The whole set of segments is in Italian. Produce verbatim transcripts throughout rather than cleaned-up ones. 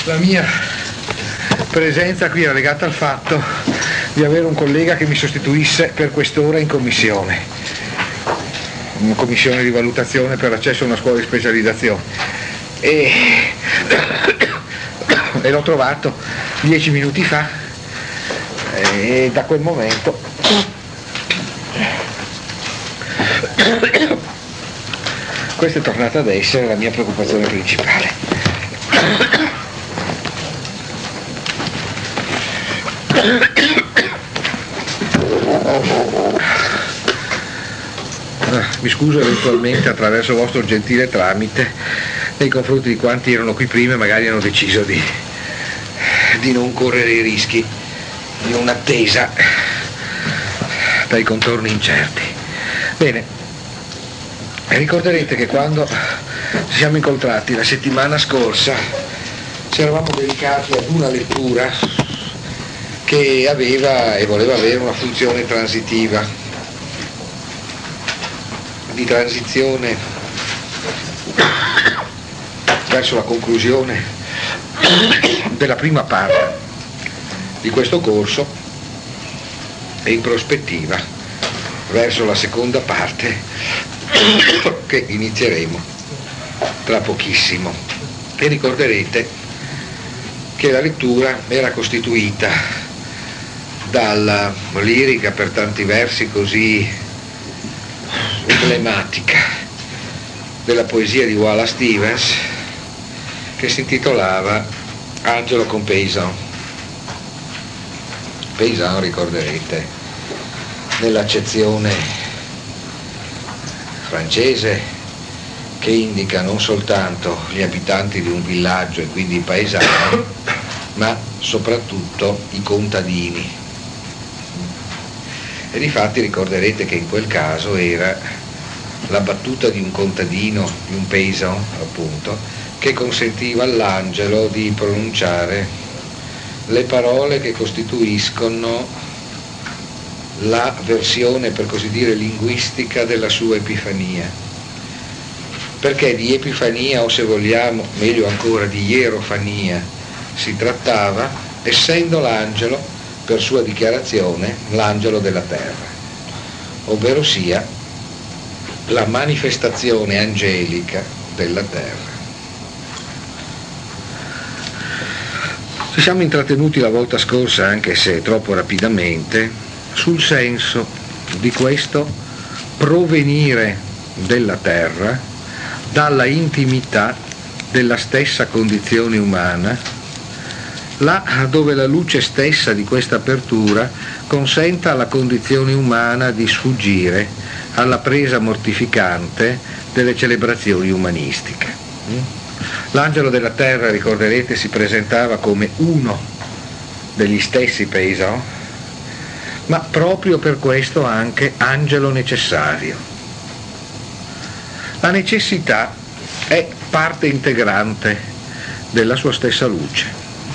La mia presenza qui era legata al fatto di avere un collega che mi sostituisse per quest'ora in commissione, una commissione di valutazione per l'accesso a una scuola di specializzazione, e, e l'ho trovato dieci minuti fa, e da quel momento questa è tornata ad essere la mia preoccupazione principale. Mi scuso eventualmente attraverso il vostro gentile tramite nei confronti di quanti erano qui prima e magari hanno deciso di, di non correre i rischi di un'attesa dai contorni incerti. Bene, ricorderete che quando ci siamo incontrati la settimana scorsa ci eravamo dedicati ad una lettura che aveva e voleva avere una funzione transitiva, di transizione verso la conclusione della prima parte di questo corso e in prospettiva verso la seconda parte che inizieremo tra pochissimo. E ricorderete che la lettura era costituita dalla lirica per tanti versi così emblematica della poesia di Wallace Stevens, che si intitolava Angelo con Paysan. Paysan, ricorderete, nell'accezione francese che indica non soltanto gli abitanti di un villaggio e quindi i paesani, ma soprattutto i contadini. E difatti ricorderete che in quel caso era la battuta di un contadino, di un paysan appunto, che consentiva all'angelo di pronunciare le parole che costituiscono la versione, per così dire, linguistica della sua epifania. Perché di epifania, o se vogliamo, meglio ancora, di ierofania si trattava, essendo l'angelo, per sua dichiarazione, l'angelo della terra, ovvero sia la manifestazione angelica della terra. Ci siamo intrattenuti la volta scorsa, anche se troppo rapidamente, sul senso di questo provenire della terra dalla intimità della stessa condizione umana, là dove la luce stessa di questa apertura consenta alla condizione umana di sfuggire alla presa mortificante delle celebrazioni umanistiche. L'angelo della terra, ricorderete, si presentava come uno degli stessi paysan, ma proprio per questo anche angelo necessario. La necessità è parte integrante della sua stessa luce,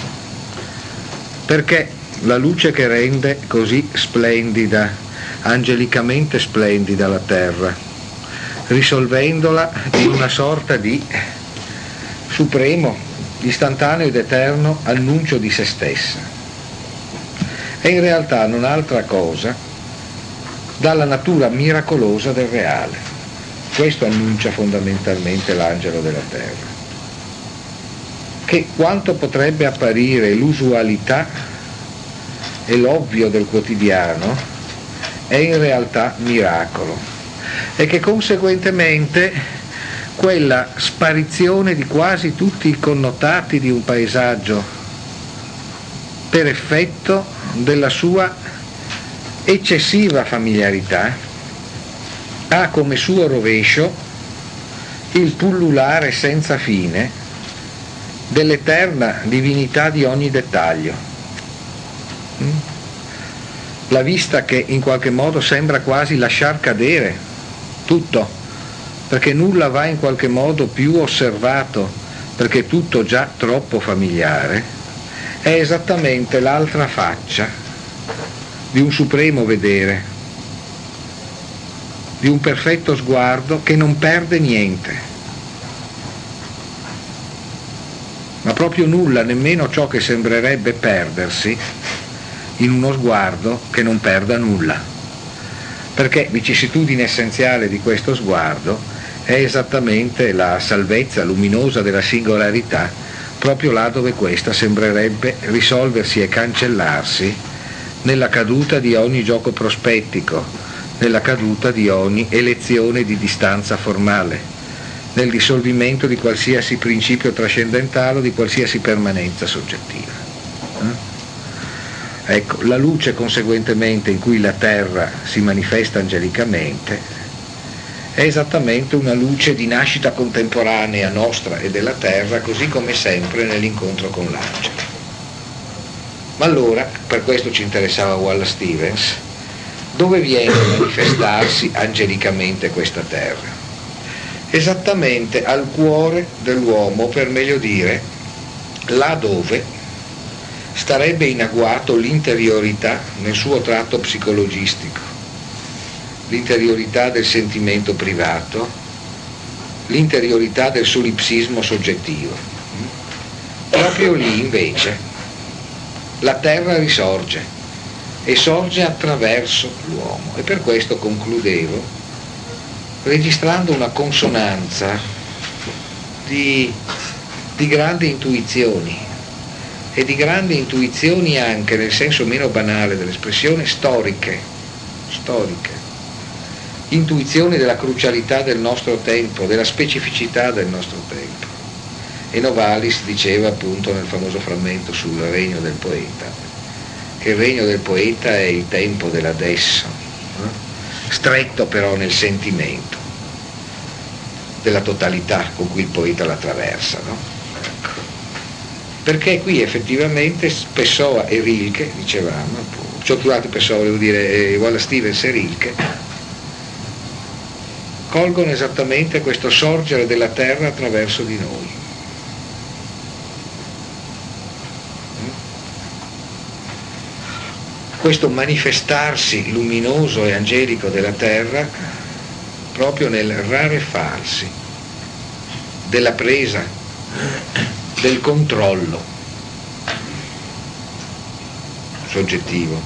perché la luce che rende così splendida, angelicamente splendida la terra, risolvendola in una sorta di supremo, istantaneo ed eterno annuncio di se stessa, è in realtà non altra cosa dalla natura miracolosa del reale. Questo annuncia fondamentalmente l'angelo della terra, che quanto potrebbe apparire l'usualità e l'ovvio del quotidiano è in realtà miracolo, e che conseguentemente quella sparizione di quasi tutti i connotati di un paesaggio per effetto della sua eccessiva familiarità ha come suo rovescio il pullulare senza fine dell'eterna divinità di ogni dettaglio. La vista che in qualche modo sembra quasi lasciar cadere tutto, perché nulla va in qualche modo più osservato, perché tutto già troppo familiare, è esattamente l'altra faccia di un supremo vedere, di un perfetto sguardo che non perde niente. ma proprio nulla, nemmeno ciò che sembrerebbe perdersi in uno sguardo che non perda nulla, perché vicissitudine essenziale di questo sguardo è esattamente la salvezza luminosa della singolarità, proprio là dove questa sembrerebbe risolversi e cancellarsi nella caduta di ogni gioco prospettico, nella caduta di ogni elezione di distanza formale, nel dissolvimento di qualsiasi principio trascendentale o di qualsiasi permanenza soggettiva. Eh? Ecco, la luce conseguentemente in cui la terra si manifesta angelicamente è esattamente una luce di nascita contemporanea nostra e della terra, così come sempre nell'incontro con l'angelo. Ma allora, per questo ci interessava Wallace Stevens, dove viene a manifestarsi angelicamente questa terra? Esattamente al cuore dell'uomo, per meglio dire, là dove starebbe in agguato l'interiorità nel suo tratto psicologistico, l'interiorità del sentimento privato, l'interiorità del solipsismo soggettivo. Proprio lì invece la terra risorge e sorge attraverso l'uomo, e per questo concludevo registrando una consonanza di, di grandi intuizioni, e di grandi intuizioni anche nel senso meno banale dell'espressione, storiche, storiche, intuizioni della crucialità del nostro tempo, della specificità del nostro tempo. E Novalis diceva appunto nel famoso frammento sul regno del poeta, che il regno del poeta è il tempo dell'adesso, eh? stretto però nel sentimento della totalità con cui il poeta l'attraversa, no? Ecco. Perché qui effettivamente Pessoa e Rilke, dicevamo, cioè scusate, Pessoa volevo dire eh, Wallace Stevens e Rilke, colgono esattamente questo sorgere della terra attraverso di noi. Questo manifestarsi luminoso e angelico della terra proprio nel rarefarsi della presa, del controllo soggettivo,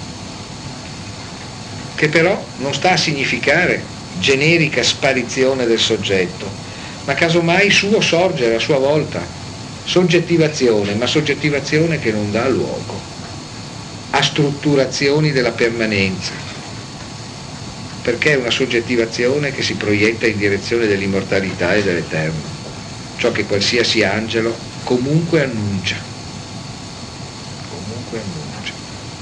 che però non sta a significare generica sparizione del soggetto, ma casomai suo sorgere a sua volta, soggettivazione, ma soggettivazione che non dà luogo a strutturazioni della permanenza, perché è una soggettivazione che si proietta in direzione dell'immortalità e dell'eterno, ciò che qualsiasi angelo comunque annuncia, comunque annuncia.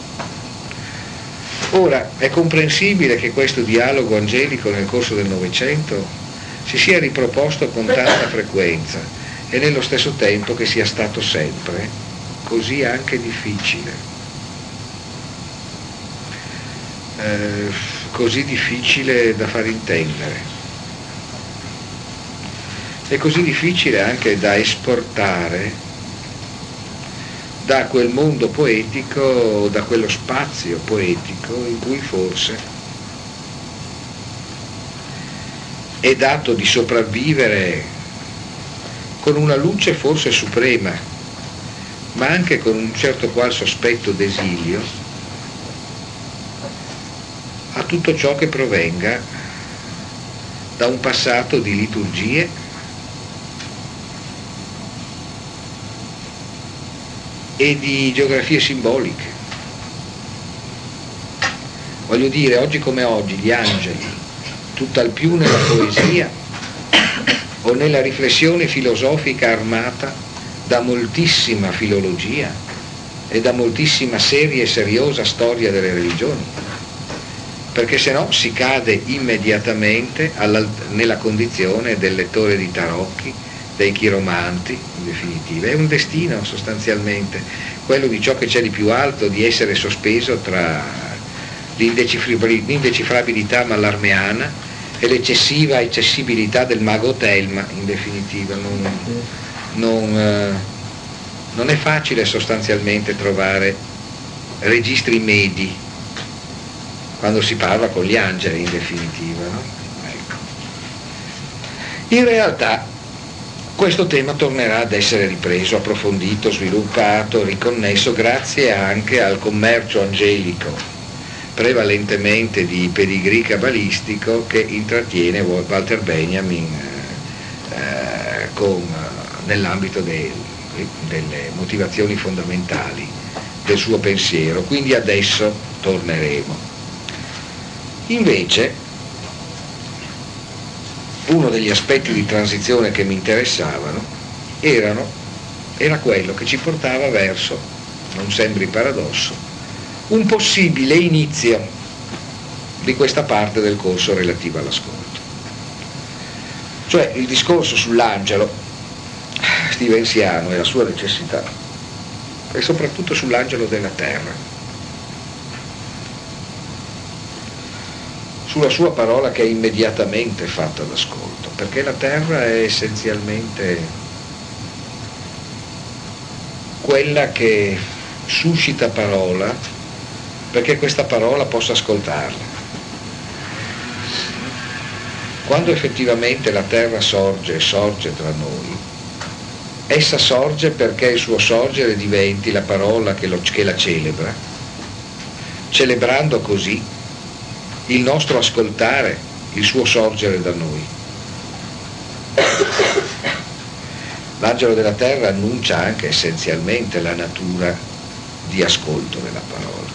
Ora, è comprensibile che questo dialogo angelico nel corso del Novecento si sia riproposto con tanta frequenza e nello stesso tempo che sia stato sempre così anche difficile. Eh, così difficile da far intendere e così difficile anche da esportare da quel mondo poetico, da quello spazio poetico in cui forse è dato di sopravvivere con una luce forse suprema, ma anche con un certo qual sospetto d'esilio a tutto ciò che provenga da un passato di liturgie e di geografie simboliche. Voglio dire, oggi come oggi gli angeli, tutt'al più nella poesia o nella riflessione filosofica armata da moltissima filologia e da moltissima seria e seriosa storia delle religioni, perché se no si cade immediatamente alla, nella condizione del lettore di tarocchi, dei chiromanti, in definitiva. È un destino sostanzialmente, quello di ciò che c'è di più alto, di essere sospeso tra l'indecifrabilità mallarmeana e l'eccessiva accessibilità del mago Telma, in definitiva. Non, non, eh, non è facile sostanzialmente trovare registri medi quando si parla con gli angeli, in definitiva, no? Ecco. In realtà questo tema tornerà ad essere ripreso, approfondito, sviluppato, riconnesso grazie anche al commercio angelico, prevalentemente di pedigree cabalistico, che intrattiene Walter Benjamin eh, con, nell'ambito dei, delle motivazioni fondamentali del suo pensiero. Quindi adesso torneremo. Invece uno degli aspetti di transizione che mi interessavano erano, era quello che ci portava verso, non sembri paradosso, un possibile inizio di questa parte del corso relativa all'ascolto. Cioè il discorso sull'angelo stevensiano e la sua necessità, e soprattutto sull'angelo della terra, sulla sua parola che è immediatamente fatta d'ascolto, perché la terra è essenzialmente quella che suscita parola perché questa parola possa ascoltarla. Quando effettivamente la terra sorge e sorge tra noi, essa sorge perché il suo sorgere diventi la parola che, lo, che la celebra, celebrando così il nostro ascoltare il suo sorgere da noi. L'angelo della terra annuncia anche essenzialmente la natura di ascolto della parola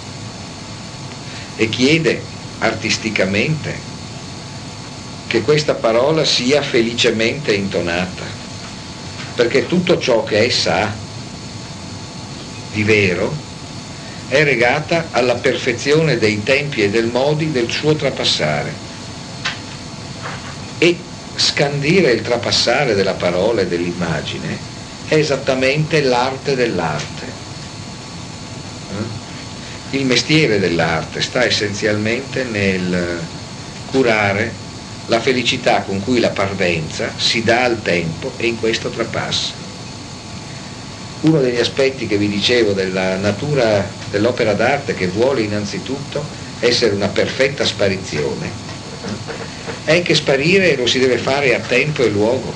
e chiede artisticamente che questa parola sia felicemente intonata, perché tutto ciò che essa ha di vero è legata alla perfezione dei tempi e dei modi del suo trapassare, e scandire il trapassare della parola e dell'immagine è esattamente l'arte dell'arte. Il mestiere dell'arte sta essenzialmente nel curare la felicità con cui la parvenza si dà al tempo e in questo trapassa. Uno degli aspetti che vi dicevo della natura dell'opera d'arte, che vuole innanzitutto essere una perfetta sparizione, è che sparire lo si deve fare a tempo e luogo,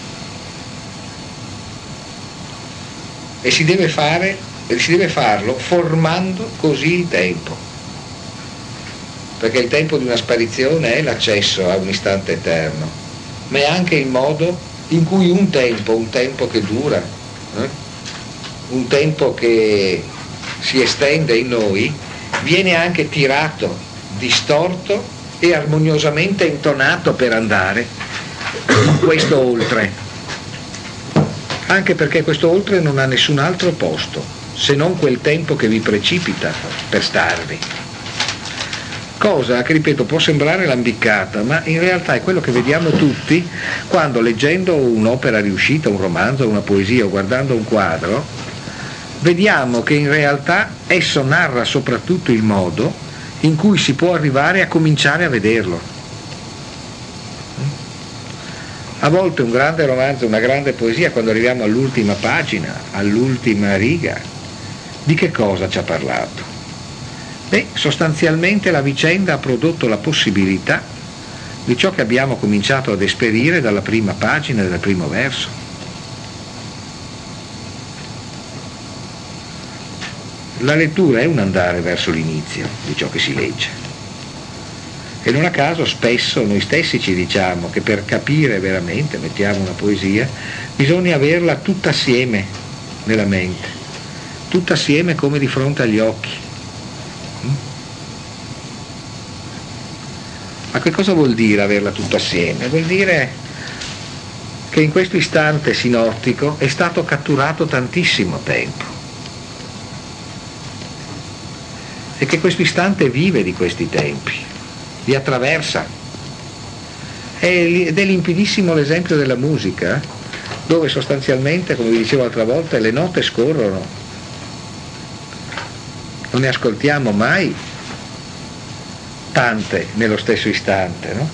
e si deve fare, e si deve farlo formando così il tempo, perché il tempo di una sparizione è l'accesso a un istante eterno, ma è anche il modo in cui un tempo, un tempo che dura, eh? un tempo che si estende in noi, viene anche tirato, distorto e armoniosamente intonato per andare in questo oltre, anche perché questo oltre non ha nessun altro posto se non quel tempo che vi precipita per starvi, cosa che, ripeto, può sembrare lambiccata, ma in realtà è quello che vediamo tutti quando, leggendo un'opera riuscita, un romanzo, una poesia, o guardando un quadro, vediamo che in realtà esso narra soprattutto il modo in cui si può arrivare a cominciare a vederlo. A volte un grande romanzo, una grande poesia, quando arriviamo all'ultima pagina, all'ultima riga, di che cosa ci ha parlato? Beh, sostanzialmente la vicenda ha prodotto la possibilità di ciò che abbiamo cominciato ad esperire dalla prima pagina del primo verso. La lettura è un andare verso l'inizio di ciò che si legge, e non a caso spesso noi stessi ci diciamo che per capire veramente, mettiamo una poesia, bisogna averla tutta assieme nella mente, tutta assieme come di fronte agli occhi. Ma che cosa vuol dire averla tutta assieme? Vuol dire che in questo istante sinottico è stato catturato tantissimo tempo, e che questo istante vive di questi tempi, li attraversa. Ed è limpidissimo l'esempio della musica, dove sostanzialmente, come vi dicevo l'altra volta, le note scorrono, non ne ascoltiamo mai tante nello stesso istante, no?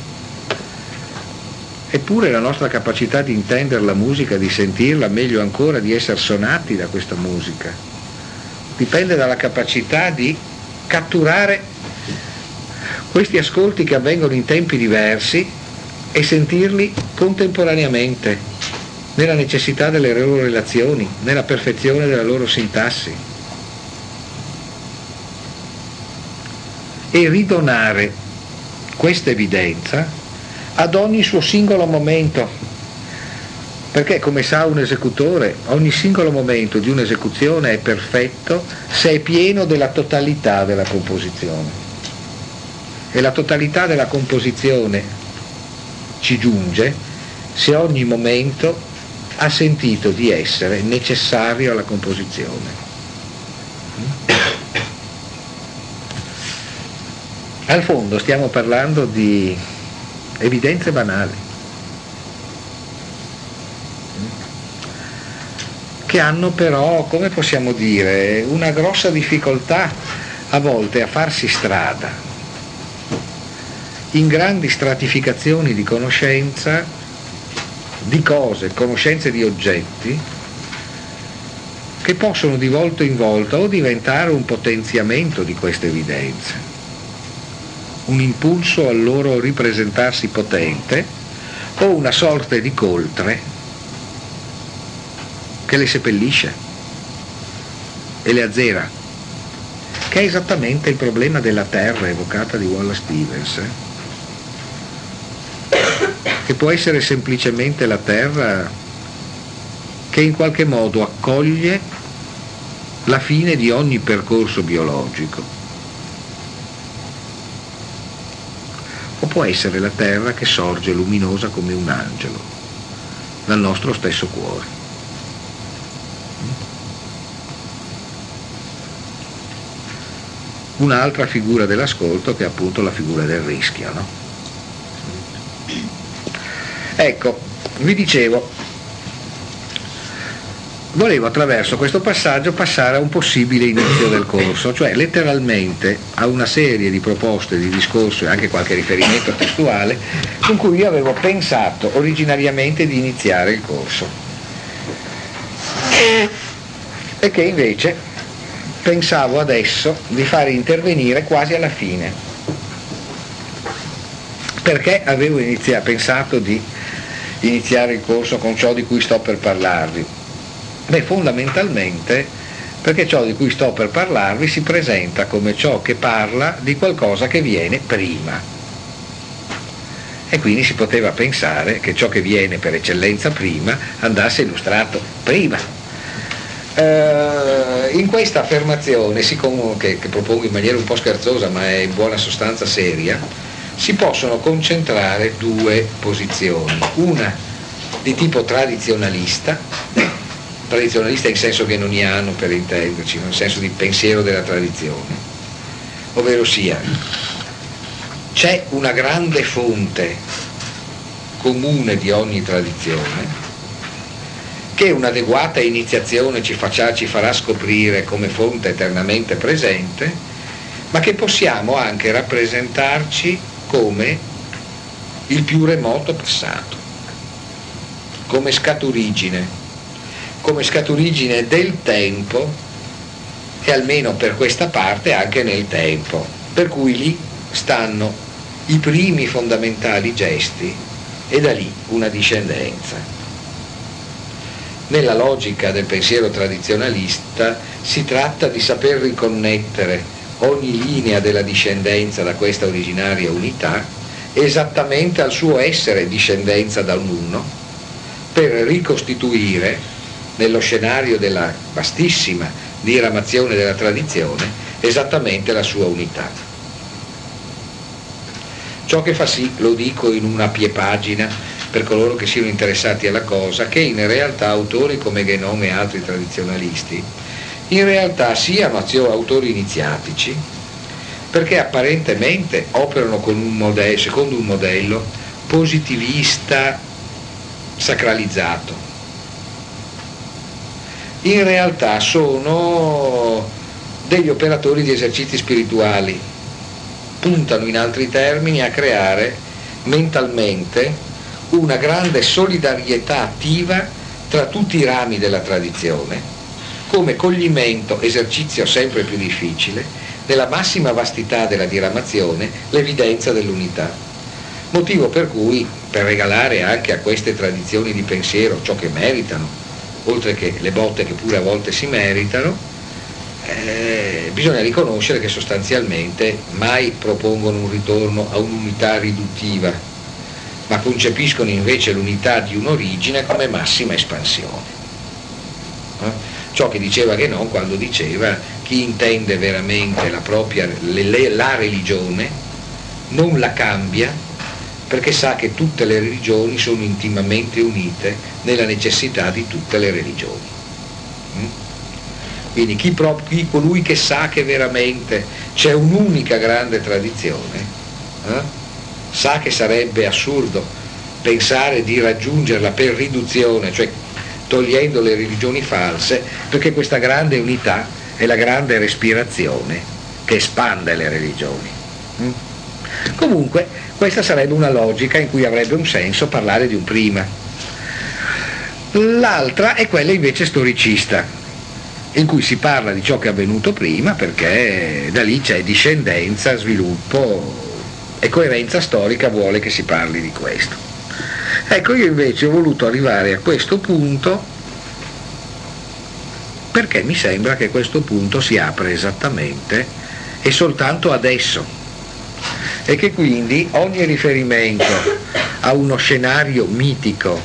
Eppure la nostra capacità di intendere la musica, di sentirla, meglio ancora di essere sonati da questa musica, dipende dalla capacità di catturare questi ascolti che avvengono in tempi diversi e sentirli contemporaneamente, nella necessità delle loro relazioni, nella perfezione della loro sintassi. E ridonare questa evidenza ad ogni suo singolo momento, perché come sa un esecutore, ogni singolo momento di un'esecuzione è perfetto se è pieno della totalità della composizione. E la totalità della composizione ci giunge se ogni momento ha sentito di essere necessario alla composizione. Al fondo stiamo parlando di evidenze banali, che hanno però, come possiamo dire, una grossa difficoltà a volte a farsi strada in grandi stratificazioni di conoscenza, di cose, conoscenze di oggetti, che possono di volta in volta o diventare un potenziamento di queste evidenze, un impulso al loro ripresentarsi potente, o una sorta di coltre che le seppellisce e le azzera, che è esattamente il problema della terra evocata di Wallace Stevens, eh? che può essere semplicemente la terra che in qualche modo accoglie la fine di ogni percorso biologico, o può essere la terra che sorge luminosa come un angelo dal nostro stesso cuore. Un'altra figura dell'ascolto che è appunto la figura del rischio, no? Ecco, vi dicevo, volevo attraverso questo passaggio passare a un possibile inizio del corso, cioè letteralmente a una serie di proposte di discorso e anche qualche riferimento testuale con cui io avevo pensato originariamente di iniziare il corso e che invece pensavo adesso di fare intervenire quasi alla fine. Perché avevo iniziato, pensato di iniziare il corso con ciò di cui sto per parlarvi? Beh, fondamentalmente perché ciò di cui sto per parlarvi si presenta come ciò che parla di qualcosa che viene prima. E quindi si poteva pensare che ciò che viene per eccellenza prima andasse illustrato prima. Uh, in questa affermazione, siccome, che, che propongo in maniera un po' scherzosa ma è in buona sostanza seria, si possono concentrare due posizioni, una di tipo tradizionalista, tradizionalista in senso genoniano per intenderci, nel senso di pensiero della tradizione, ovvero sia c'è una grande fonte comune di ogni tradizione che un'adeguata iniziazione ci, faccia, ci farà scoprire come fonte eternamente presente, ma che possiamo anche rappresentarci come il più remoto passato, come scaturigine, come scaturigine del tempo e almeno per questa parte anche nel tempo, per cui lì stanno i primi fondamentali gesti e da lì una discendenza. Nella logica del pensiero tradizionalista si tratta di saper riconnettere ogni linea della discendenza da questa originaria unità esattamente al suo essere discendenza da un uno, per ricostituire nello scenario della vastissima diramazione della tradizione esattamente la sua unità. Ciò che fa sì, lo dico in una piepagina per coloro che siano interessati alla cosa, che in realtà autori come Guénon e altri tradizionalisti in realtà siano autori iniziatici, perché apparentemente operano con un modello, secondo un modello positivista sacralizzato. In realtà sono degli operatori di esercizi spirituali, puntano in altri termini a creare mentalmente una grande solidarietà attiva tra tutti i rami della tradizione, come coglimento, esercizio sempre più difficile, nella massima vastità della diramazione, l'evidenza dell'unità. Motivo per cui, per regalare anche a queste tradizioni di pensiero ciò che meritano, oltre che le botte che pure a volte si meritano, eh, bisogna riconoscere che sostanzialmente mai propongono un ritorno a un'unità riduttiva, ma concepiscono invece l'unità di un'origine come massima espansione. Eh? Ciò che diceva Guénon quando diceva: chi intende veramente la propria le, le, la religione non la cambia, perché sa che tutte le religioni sono intimamente unite nella necessità di tutte le religioni. Mm? Quindi chi, chi, colui che sa che veramente c'è un'unica grande tradizione, eh, sa che sarebbe assurdo pensare di raggiungerla per riduzione, cioè togliendo le religioni false, perché questa grande unità è la grande respirazione che espande le religioni. Mm? Comunque questa sarebbe una logica in cui avrebbe un senso parlare di un prima. L'altra è quella invece storicista, in cui si parla di ciò che è avvenuto prima, perché da lì c'è discendenza, sviluppo e coerenza storica vuole che si parli di questo. Ecco, io invece ho voluto arrivare a questo punto perché mi sembra che questo punto si apre esattamente e soltanto adesso, e che quindi ogni riferimento a uno scenario mitico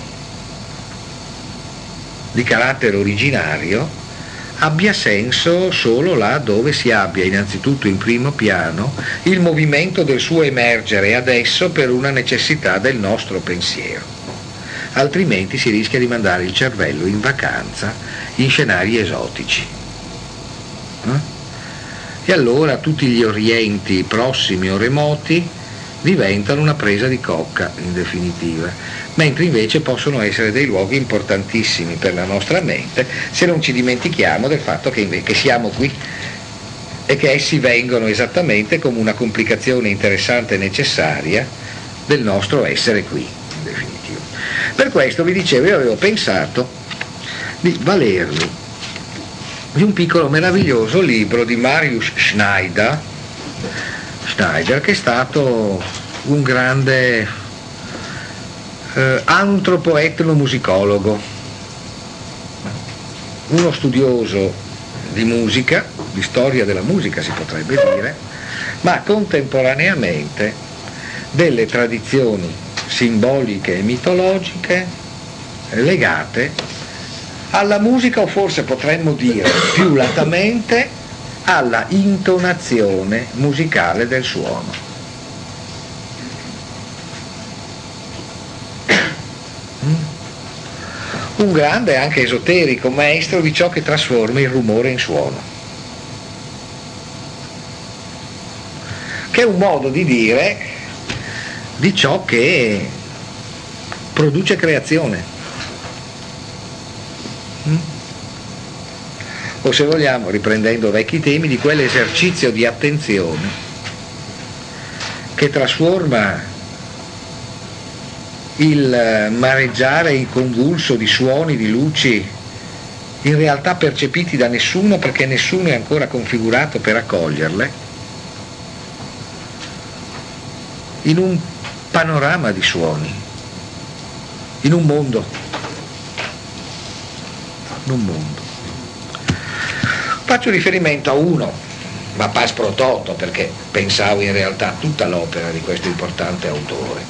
di carattere originario abbia senso solo là dove si abbia innanzitutto in primo piano il movimento del suo emergere adesso per una necessità del nostro pensiero, altrimenti si rischia di mandare il cervello in vacanza in scenari esotici. Eh? E allora tutti gli orienti prossimi o remoti diventano una presa di cocca in definitiva, mentre invece possono essere dei luoghi importantissimi per la nostra mente se non ci dimentichiamo del fatto che, che siamo qui e che essi vengono esattamente come una complicazione interessante e necessaria del nostro essere qui in definitiva. Per questo vi dicevo, io avevo pensato di valermi di un piccolo meraviglioso libro di Marius Schneider, Schneider che è stato un grande eh, antropo-etnomusicologo, uno studioso di musica, di storia della musica si potrebbe dire, ma contemporaneamente delle tradizioni simboliche e mitologiche legate alla musica, o forse potremmo dire più latamente alla intonazione musicale del suono. Un grande e anche esoterico maestro di ciò che trasforma il rumore in suono, che è un modo di dire di ciò che produce creazione. O se vogliamo, riprendendo vecchi temi, di quell'esercizio di attenzione che trasforma il mareggiare in convulso di suoni, di luci, in realtà percepiti da nessuno perché nessuno è ancora configurato per accoglierle, in un panorama di suoni, in un mondo, in un mondo. Faccio riferimento a uno, ma pas pro toto, perché pensavo in realtà a tutta l'opera di questo importante autore.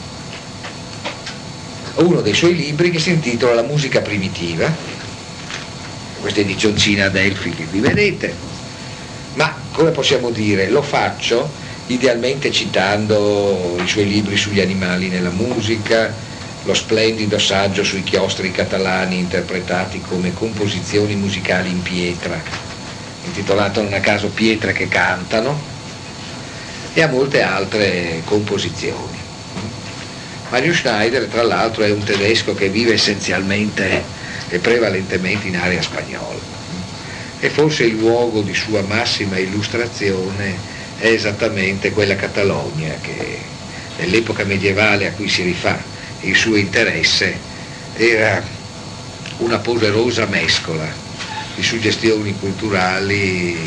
Uno dei suoi libri che si intitola La musica primitiva, questa edizioncina Adelphi che qui vedete, ma come possiamo dire, lo faccio idealmente citando i suoi libri sugli animali nella musica, lo splendido saggio sui chiostri catalani interpretati come composizioni musicali in pietra, intitolato non a caso Pietre che cantano, e a molte altre composizioni. Marius Schneider, tra l'altro, è un tedesco che vive essenzialmente e prevalentemente in area spagnola, e forse il luogo di sua massima illustrazione è esattamente quella Catalogna che nell'epoca medievale a cui si rifà il suo interesse era una poderosa mescola di suggestioni culturali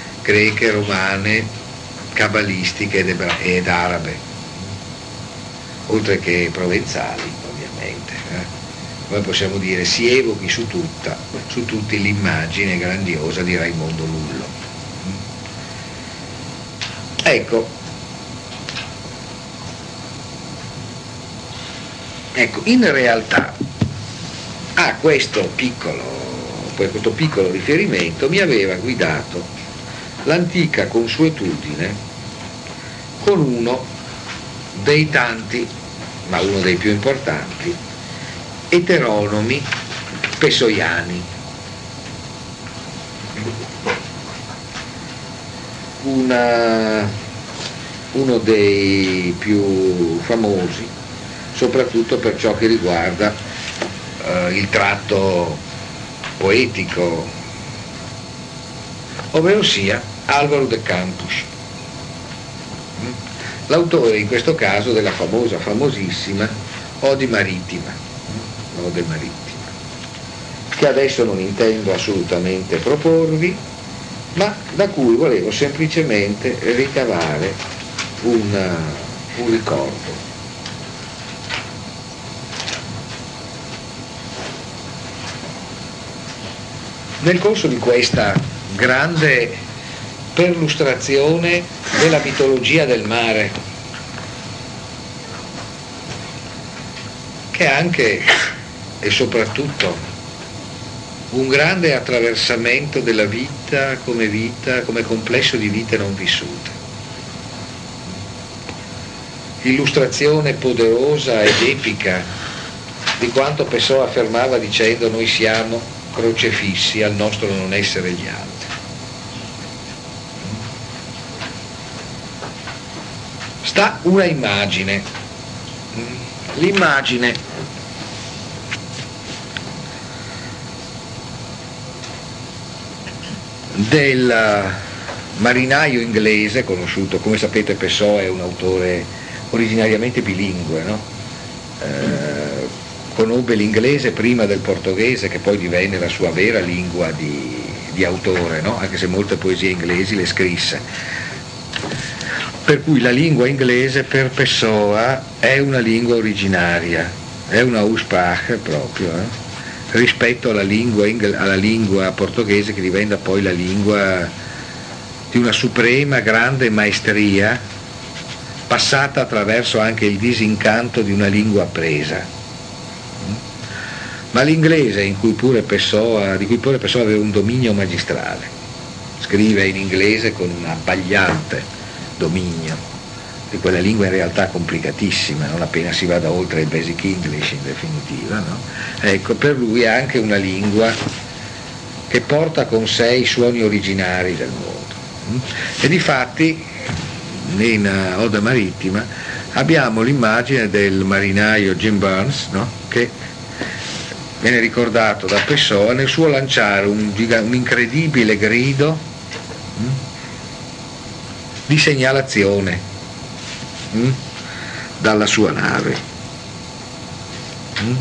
greche, romane, cabalistiche ed, ebra- ed arabe. oltre che provenzali ovviamente. Eh. Come possiamo dire, si evochi su tutta, su tutti l'immagine grandiosa di Raimondo Lullo. Ecco, ecco, in realtà a questo piccolo, questo piccolo riferimento mi aveva guidato l'antica consuetudine con uno dei tanti, ma uno dei più importanti, eteronomi pessoiani. Una, uno dei più famosi, soprattutto per ciò che riguarda eh, il tratto poetico, ovvero sia Álvaro de Campos, l'autore in questo caso della famosa, famosissima Ode Marittima, Ode Marittima, che adesso non intendo assolutamente proporvi, ma da cui volevo semplicemente ricavare un, un ricordo. Nel corso di questa grande perlustrazione della mitologia del mare, che è anche e soprattutto un grande attraversamento della vita come vita, come complesso di vite non vissute. Illustrazione poderosa ed epica di quanto Pessoa affermava dicendo: noi siamo crocefissi al nostro non essere gli altri. Sta una immagine, l'immagine del marinaio inglese conosciuto, come sapete Pessoa è un autore originariamente bilingue, no? Eh, conobbe l'inglese prima del portoghese, che poi divenne la sua vera lingua di, di autore, no? Anche se molte poesie inglesi le scrisse. Per cui la lingua inglese per Pessoa è una lingua originaria, è una Aussprache proprio, eh? rispetto alla lingua, alla lingua portoghese, che diventa poi la lingua di una suprema grande maestria, passata attraverso anche il disincanto di una lingua appresa. Ma l'inglese, in cui pure Pessoa, di cui pure Pessoa aveva un dominio magistrale, scrive in inglese con un abbagliante dominio di quella lingua in realtà complicatissima, non appena si vada oltre il basic English in definitiva, no? Ecco, per lui è anche una lingua che porta con sé i suoni originari del mondo. E difatti in Ode Marittima abbiamo l'immagine del marinaio Jim Burns, no? Che viene ricordato da Pessoa nel suo lanciare un, un incredibile grido mh, di segnalazione mh, dalla sua nave. Mh.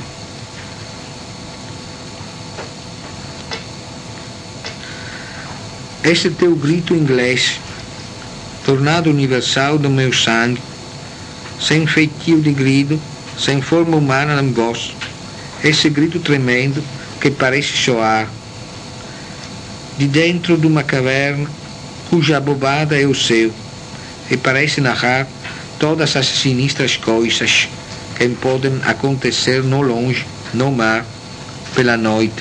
Esse teu grito inglês, tornado universal do meu sangue, sem feitio de grido, sem forma humana em voz, esse grito tremendo que parece soar de dentro de uma caverna cuja abobada é o seu, e parece narrar todas as sinistras coisas que podem acontecer no longe, no mar, pela noite.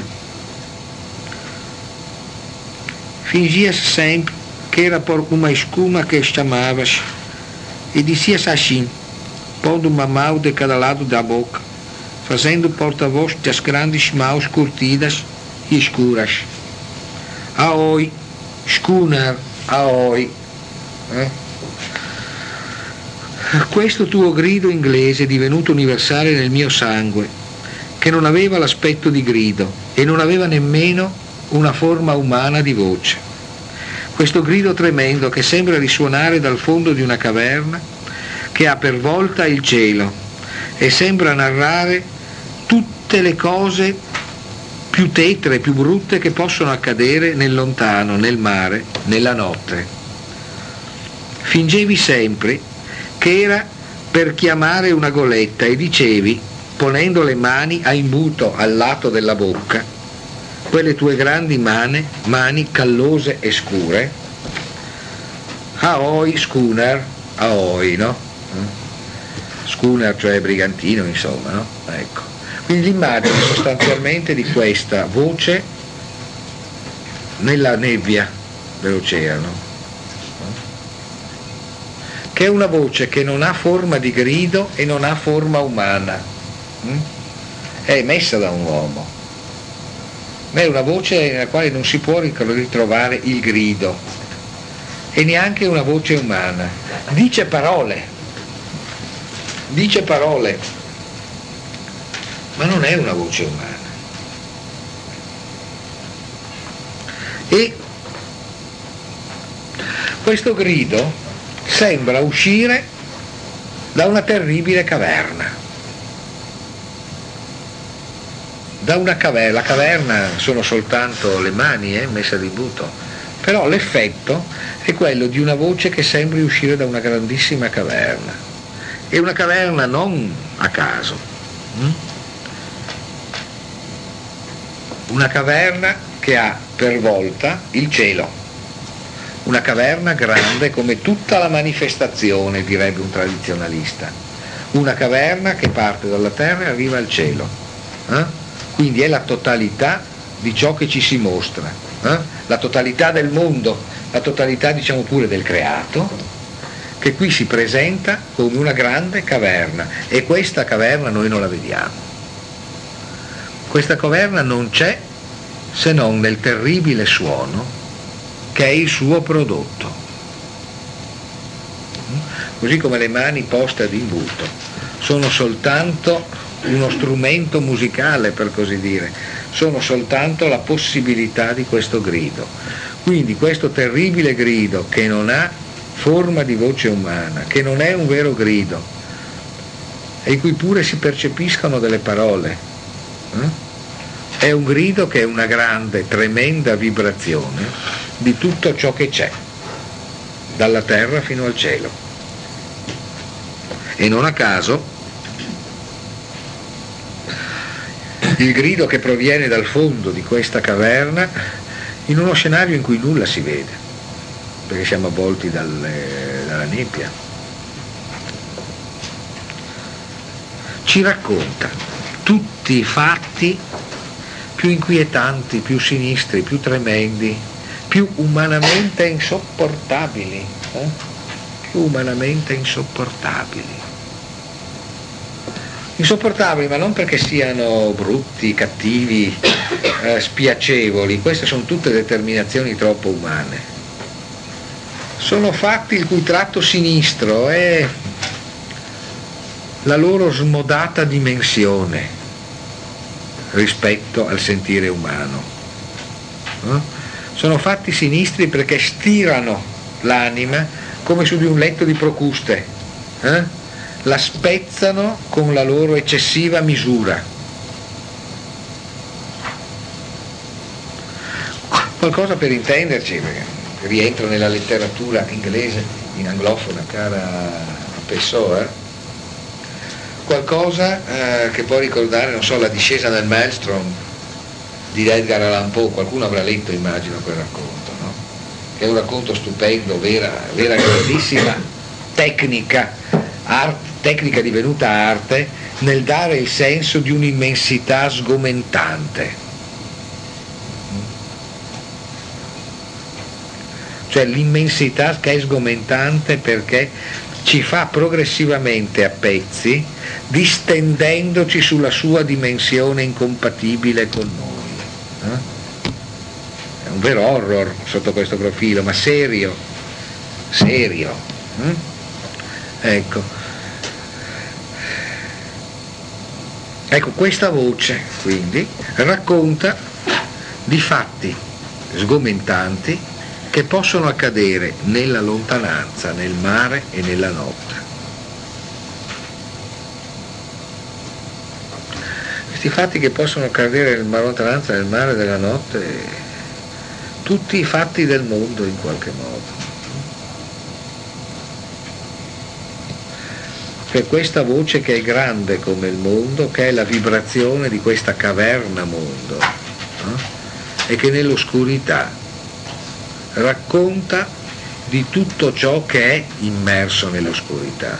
Fingias sempre que era por uma escuma que chamavas, e dizias assim, pondo uma mão de cada lado da boca, fazendo porta-voz das grandes mãos curtidas e escuras. Aoi, schooner, aoi. Eh? Questo tuo grido inglese è divenuto universale nel mio sangue, che non aveva l'aspetto di grido e non aveva nemmeno una forma umana di voce. Questo grido tremendo che sembra risuonare dal fondo di una caverna, che ha per volta il cielo e sembra narrare tutte le cose più tetre, più brutte che possono accadere nel lontano, nel mare, nella notte. Fingevi sempre che era per chiamare una goletta e dicevi, ponendo le mani a imbuto al lato della bocca, quelle tue grandi mani, mani callose e scure, Aoi schooner, Aoi, no? Schooner, cioè brigantino, insomma, no? Ecco. Quindi l'immagine sostanzialmente di questa voce nella nebbia dell'oceano, che è una voce che non ha forma di grido e non ha forma umana, è emessa da un uomo, ma è una voce nella quale non si può ritrovare il grido e neanche una voce umana. Dice parole, dice parole, ma non è una voce umana. E questo grido sembra uscire da una terribile caverna. Da una caverna, la caverna sono soltanto le mani eh, messe a imbuto, però l'effetto è quello di una voce che sembri uscire da una grandissima caverna. E una caverna non a caso. Hm? Una caverna che ha per volta il cielo. Una caverna grande come tutta la manifestazione, direbbe un tradizionalista. Una caverna che parte dalla terra e arriva al cielo. Eh? Quindi è la totalità di ciò che ci si mostra, eh? La totalità del mondo, la totalità diciamo pure del creato, che qui si presenta come una grande caverna, e questa caverna noi non la vediamo. Questa caverna non c'è se non nel terribile suono che è il suo prodotto. Così come le mani poste ad imbuto sono soltanto uno strumento musicale, per così dire, sono soltanto la possibilità di questo grido. Quindi questo terribile grido, che non ha forma di voce umana, che non è un vero grido, e in cui pure si percepiscono delle parole, eh? È un grido che è una grande, tremenda vibrazione di tutto ciò che c'è, dalla terra fino al cielo. E non a caso il grido che proviene dal fondo di questa caverna, in uno scenario in cui nulla si vede, perché siamo avvolti dalle, dalla nebbia, ci racconta tutti i fatti più inquietanti, più sinistri, più tremendi, più umanamente insopportabili, eh? più umanamente insopportabili. Insopportabili, ma non perché siano brutti, cattivi, eh, spiacevoli, queste sono tutte determinazioni troppo umane. Sono fatti il cui tratto sinistro è la loro smodata dimensione rispetto al sentire umano. Eh? Sono fatti sinistri perché stirano l'anima come su di un letto di Procuste, eh? La spezzano con la loro eccessiva misura. Qualcosa per intenderci, perché rientra nella letteratura inglese, in anglofona, cara a Pessoa, eh? Qualcosa eh, che può ricordare, non so, la discesa nel Maelstrom di Edgar Allan Poe. Qualcuno avrà letto, immagino, quel racconto, no? Che è un racconto stupendo, vera, vera grandissima tecnica, arte, tecnica divenuta arte, nel dare il senso di un'immensità sgomentante. Cioè l'immensità che è sgomentante perché ci fa progressivamente a pezzi, distendendoci sulla sua dimensione incompatibile con noi. Eh? È un vero horror sotto questo profilo, ma serio, serio. Eh? Ecco. Ecco, questa voce quindi racconta di fatti sgomentanti che possono accadere nella lontananza, nel mare e nella notte. Questi fatti che possono accadere nella lontananza, nel mare e nella notte, tutti i fatti del mondo in qualche modo. per questa voce che è grande come il mondo, che è la vibrazione di questa caverna mondo, no? E che nell'oscurità racconta di tutto ciò che è immerso nell'oscurità,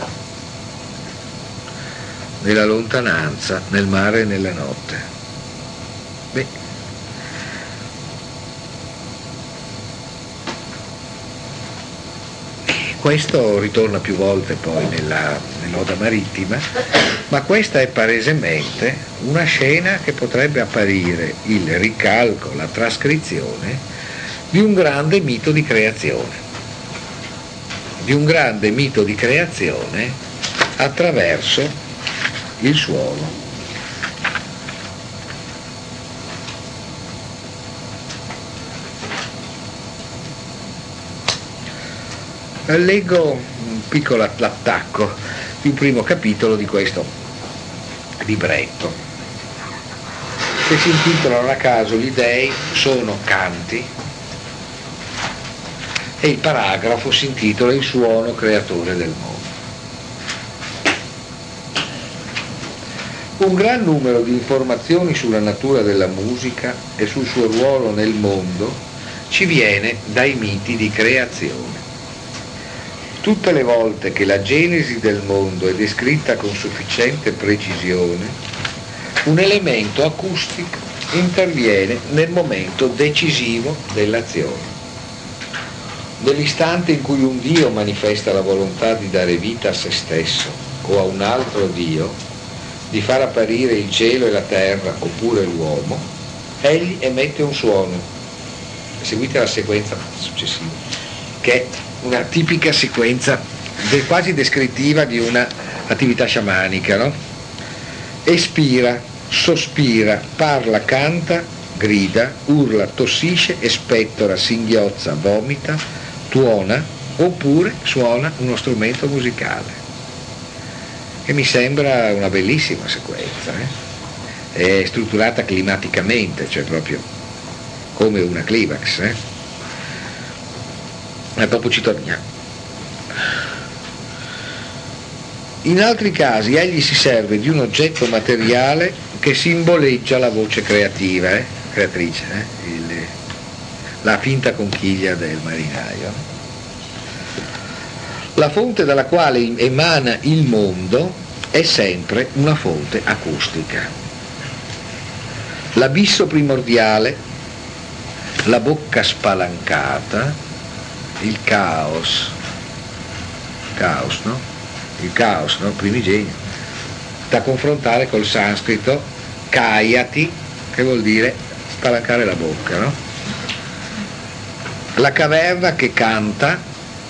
nella lontananza, nel mare e nella notte. Beh, questo ritorna più volte poi nella, nell'Oda Marittima, ma questa è palesemente una scena che potrebbe apparire il ricalco, la trascrizione di un grande mito di creazione, di un grande mito di creazione attraverso il suono. Leggo un piccolo attacco di un primo capitolo di questo libretto, che si intitola non a caso Gli dei sono canti, e il paragrafo si intitola Il suono creatore del mondo. Un gran numero di informazioni sulla natura della musica e sul suo ruolo nel mondo ci viene dai miti di creazione. Tutte le volte che la genesi del mondo è descritta con sufficiente precisione, un elemento acustico interviene nel momento decisivo dell'azione. Nell'istante in cui un Dio manifesta la volontà di dare vita a se stesso o a un altro Dio, di far apparire il cielo e la terra oppure l'uomo, egli emette un suono. Seguite la sequenza successiva, che è una tipica sequenza de, quasi descrittiva di una attività sciamanica, no? Espira, sospira, parla, canta, grida, urla, tossisce, espettora, singhiozza, vomita, tuona oppure suona uno strumento musicale, che mi sembra una bellissima sequenza, eh? È strutturata climaticamente, cioè proprio come una climax, eh? E dopo ci torniamo. In altri casi egli si serve di un oggetto materiale che simboleggia la voce creativa, eh? creatrice, eh? Il, la finta conchiglia del marinaio. La fonte dalla quale emana il mondo è sempre una fonte acustica. L'abisso primordiale, la bocca spalancata, il caos, caos, no? Il caos, no? Primigenio, da confrontare col sanscrito kayati, che vuol dire spalancare la bocca, no? La caverna che canta,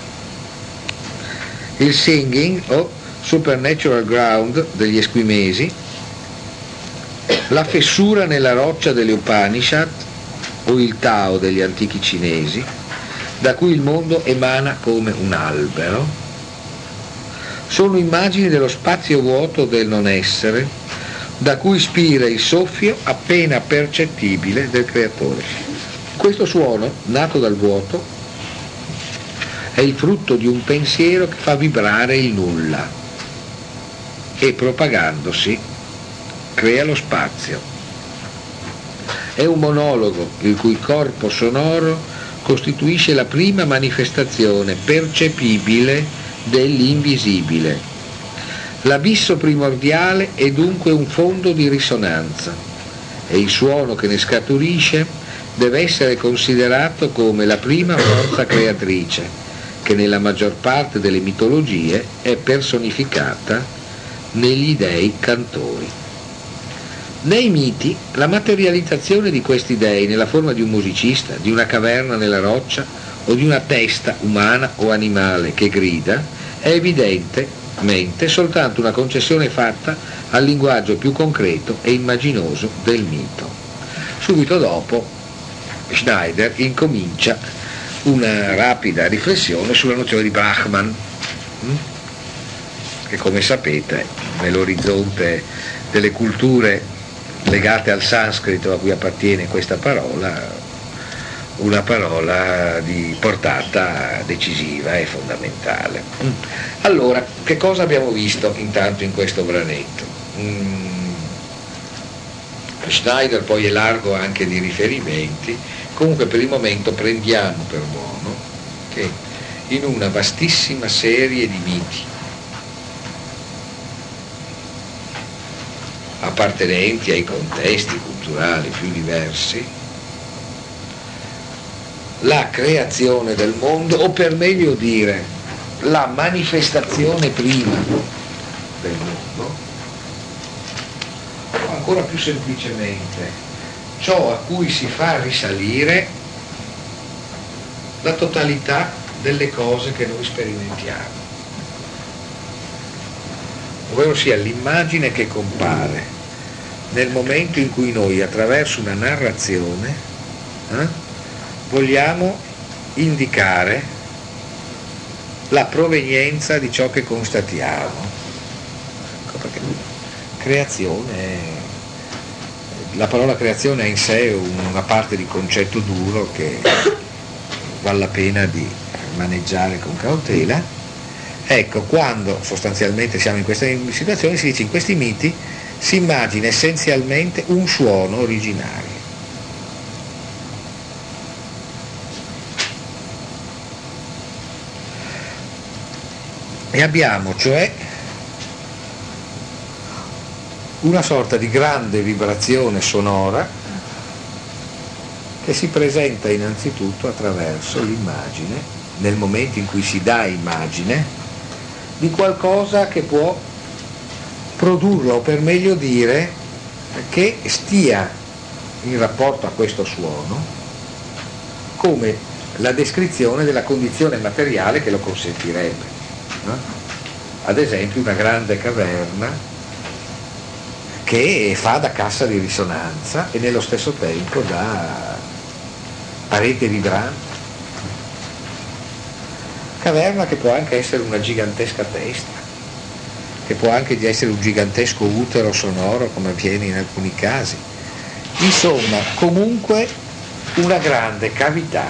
il singing o supernatural ground degli esquimesi, la fessura nella roccia delle Upanishad o il Tao degli antichi cinesi, da cui il mondo emana come un albero, sono immagini dello spazio vuoto del non essere, da cui spira il soffio appena percettibile del creatore. Questo suono, nato dal vuoto, è il frutto di un pensiero che fa vibrare il nulla e, propagandosi, crea lo spazio. È un monologo il cui corpo sonoro costituisce la prima manifestazione percepibile dell'invisibile. L'abisso primordiale è dunque un fondo di risonanza e il suono che ne scaturisce deve essere considerato come la prima forza creatrice, che nella maggior parte delle mitologie è personificata negli dei cantori. Nei miti, la materializzazione di questi dei nella forma di un musicista, di una caverna nella roccia o di una testa umana o animale che grida è evidentemente soltanto una concessione fatta al linguaggio più concreto e immaginoso del mito. Subito dopo Schneider incomincia una rapida riflessione sulla nozione di Brahman, che come sapete nell'orizzonte delle culture legate al sanscrito a cui appartiene questa parola una parola di portata decisiva e fondamentale. Allora, che cosa abbiamo visto intanto in questo branetto? Mm, Schneider poi è largo anche di riferimenti, comunque per il momento prendiamo per buono che in una vastissima serie di miti appartenenti ai contesti culturali più diversi, la creazione del mondo, o per meglio dire la manifestazione prima del mondo, o ancora più semplicemente ciò a cui si fa risalire la totalità delle cose che noi sperimentiamo, ovvero sia l'immagine che compare nel momento in cui noi, attraverso una narrazione, eh, vogliamo indicare la provenienza di ciò che constatiamo. Ecco perché creazione, la parola creazione è in sé una parte di concetto duro che vale la pena di maneggiare con cautela. Ecco, quando sostanzialmente siamo in queste situazioni, si dice in questi miti si immagina essenzialmente un suono originario. E abbiamo cioè una sorta di grande vibrazione sonora che si presenta innanzitutto attraverso l'immagine, nel momento in cui si dà immagine, di qualcosa che può produrla, o per meglio dire che stia in rapporto a questo suono come la descrizione della condizione materiale che lo consentirebbe, no? Ad esempio una grande caverna che fa da cassa di risonanza e nello stesso tempo da parete vibrante, caverna che può anche essere una gigantesca testa, che può anche essere un gigantesco utero sonoro come avviene in alcuni casi, insomma comunque una grande cavità,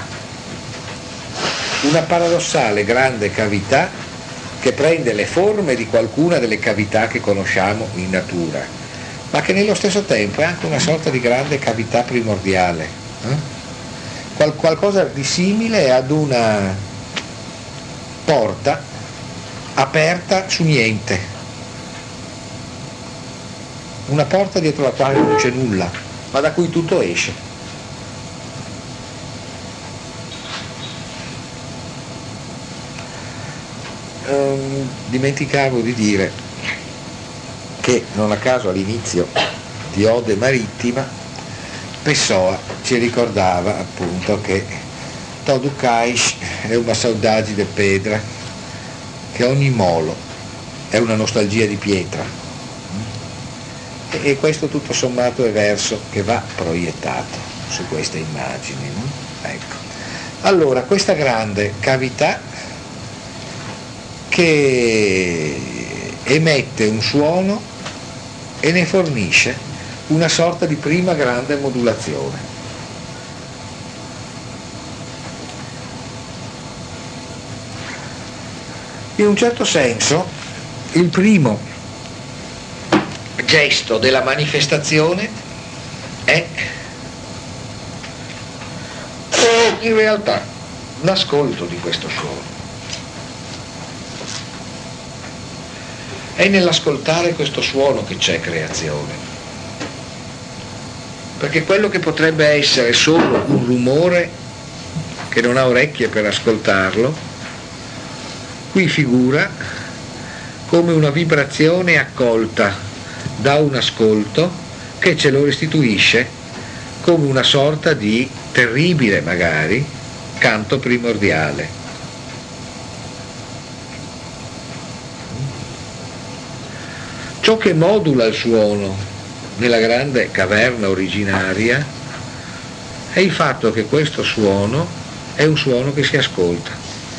una paradossale grande cavità che prende le forme di qualcuna delle cavità che conosciamo in natura, ma che nello stesso tempo è anche una sorta di grande cavità primordiale, eh? Qual- qualcosa di simile ad una porta aperta su niente, una porta dietro la quale non c'è nulla, ma da cui tutto esce. Um, dimenticavo di dire che non a caso all'inizio di Ode Marittima Pessoa ci ricordava appunto che todo cais è una saudade de pedra, che ogni molo è una nostalgia di pietra, e, e questo tutto sommato è verso che va proiettato su queste immagini, no? Ecco. Allora questa grande cavità che emette un suono e ne fornisce una sorta di prima grande modulazione. In un certo senso il primo gesto della manifestazione è in realtà l'ascolto di questo suono. È nell'ascoltare questo suono che c'è creazione, perché quello che potrebbe essere solo un rumore che non ha orecchie per ascoltarlo, qui figura come una vibrazione accolta da un ascolto che ce lo restituisce come una sorta di terribile, magari, canto primordiale. Ciò che modula il suono nella grande caverna originaria è il fatto che questo suono è un suono che si ascolta,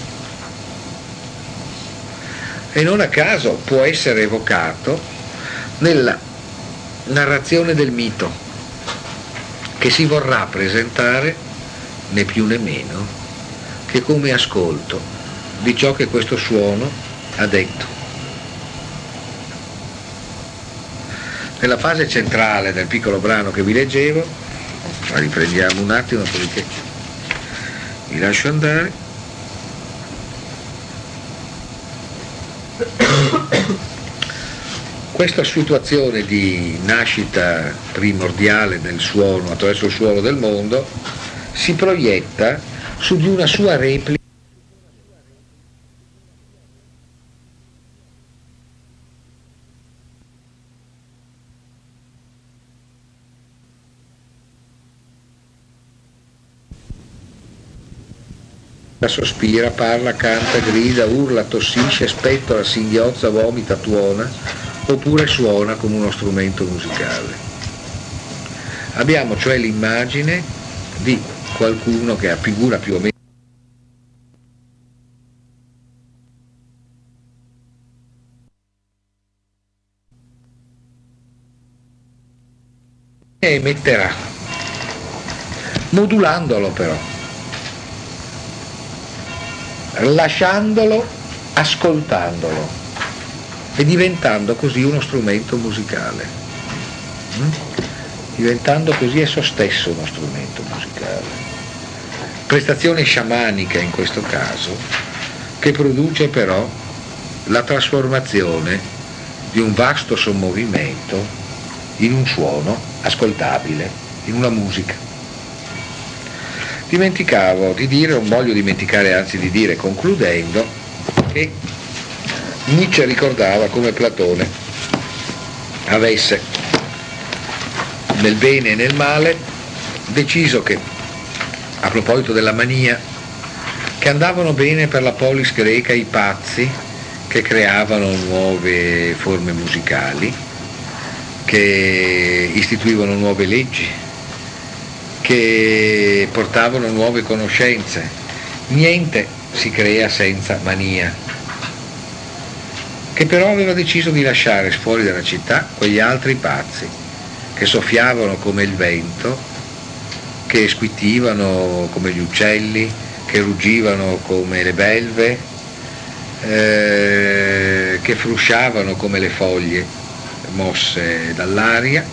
e non a caso può essere evocato nella narrazione del mito che si vorrà presentare né più né meno che come ascolto di ciò che questo suono ha detto. Nella fase centrale del piccolo brano che vi leggevo, la riprendiamo un attimo perché vi lascio andare. Questa situazione di nascita primordiale del suono attraverso il suono del mondo si proietta su di una sua replica sospira, parla, canta, grida, urla, tossisce, spettola, singhiozza, vomita, tuona, oppure suona come uno strumento musicale. Abbiamo cioè l'immagine di qualcuno che ha figura più o meno e emetterà, modulandolo però, lasciandolo, ascoltandolo e diventando così uno strumento musicale, mm? diventando così esso stesso uno strumento musicale. Prestazione sciamanica in questo caso, che produce però la trasformazione di un vasto sommovimento in un suono ascoltabile, in una musica. Dimenticavo di dire, non voglio dimenticare anzi di dire, concludendo, che Nietzsche ricordava come Platone avesse, nel bene e nel male, deciso che, a proposito della mania, che andavano bene per la polis greca i pazzi che creavano nuove forme musicali, che istituivano nuove leggi, che portavano nuove conoscenze. Niente si crea senza mania. Che però aveva deciso di lasciare fuori dalla città quegli altri pazzi che soffiavano come il vento, che squittivano come gli uccelli, che ruggivano come le belve, eh, che frusciavano come le foglie mosse dall'aria.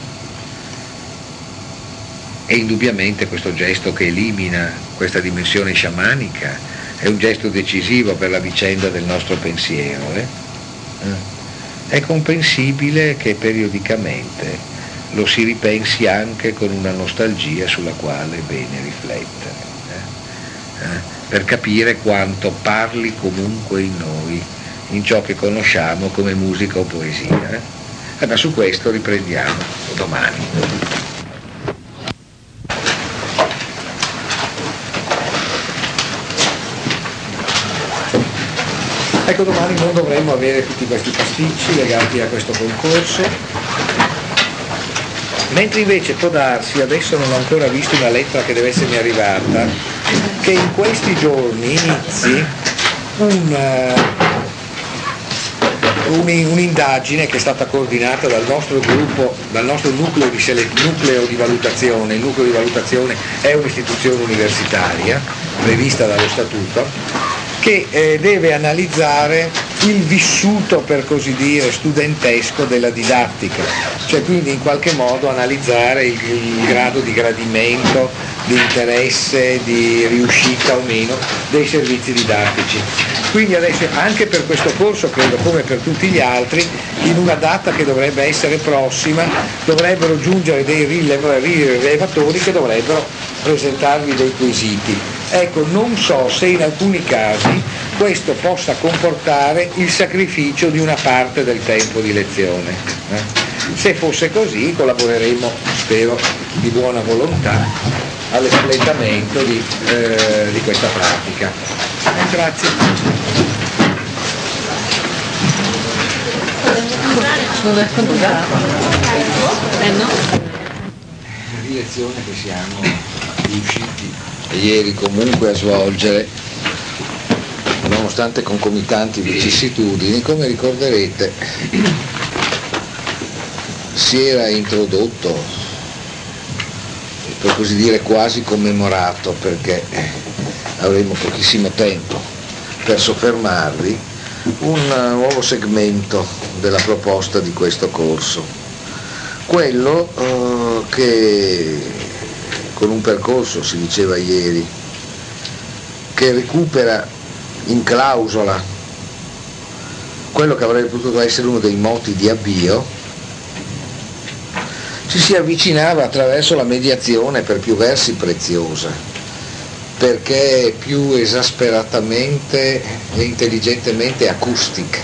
E indubbiamente questo gesto che elimina questa dimensione sciamanica è un gesto decisivo per la vicenda del nostro pensiero. Eh? È comprensibile che periodicamente lo si ripensi anche con una nostalgia sulla quale è bene riflettere, eh? Eh? per capire quanto parli comunque in noi, in ciò che conosciamo come musica o poesia. Eh? Eh, ma su questo riprendiamo domani. Ecco, domani non dovremmo avere tutti questi pasticci legati a questo concorso, mentre invece può darsi, adesso non ho ancora visto una lettera che deve essermi arrivata, che in questi giorni inizi un, un, un'indagine che è stata coordinata dal nostro gruppo, dal nostro nucleo di, sele, nucleo di valutazione. Il nucleo di valutazione è un'istituzione universitaria prevista dallo statuto, che eh, deve analizzare il vissuto, per così dire, studentesco della didattica, cioè quindi in qualche modo analizzare il, il grado di gradimento, di interesse, di riuscita o meno dei servizi didattici. Quindi adesso anche per questo corso, credo come per tutti gli altri, in una data che dovrebbe essere prossima, dovrebbero giungere dei rilevatori che dovrebbero presentarvi dei quesiti. Ecco, non so se in alcuni casi questo possa comportare il sacrificio di una parte del tempo di lezione. Eh? Se fosse così collaboreremo, spero, di buona volontà all'espletamento di, eh, di questa pratica. Eh, grazie. Eh no? Di lezione che siamo riusciti ieri comunque a svolgere, nonostante concomitanti vicissitudini. Come ricorderete, si era introdotto per così dire quasi commemorato, perché avremo pochissimo tempo per soffermarvi, un nuovo segmento della proposta di questo corso, quello eh, che con un percorso, si diceva ieri, che recupera in clausola quello che avrebbe potuto essere uno dei moti di avvio, ci si avvicinava attraverso la mediazione per più versi preziosa, perché più esasperatamente e intelligentemente acustica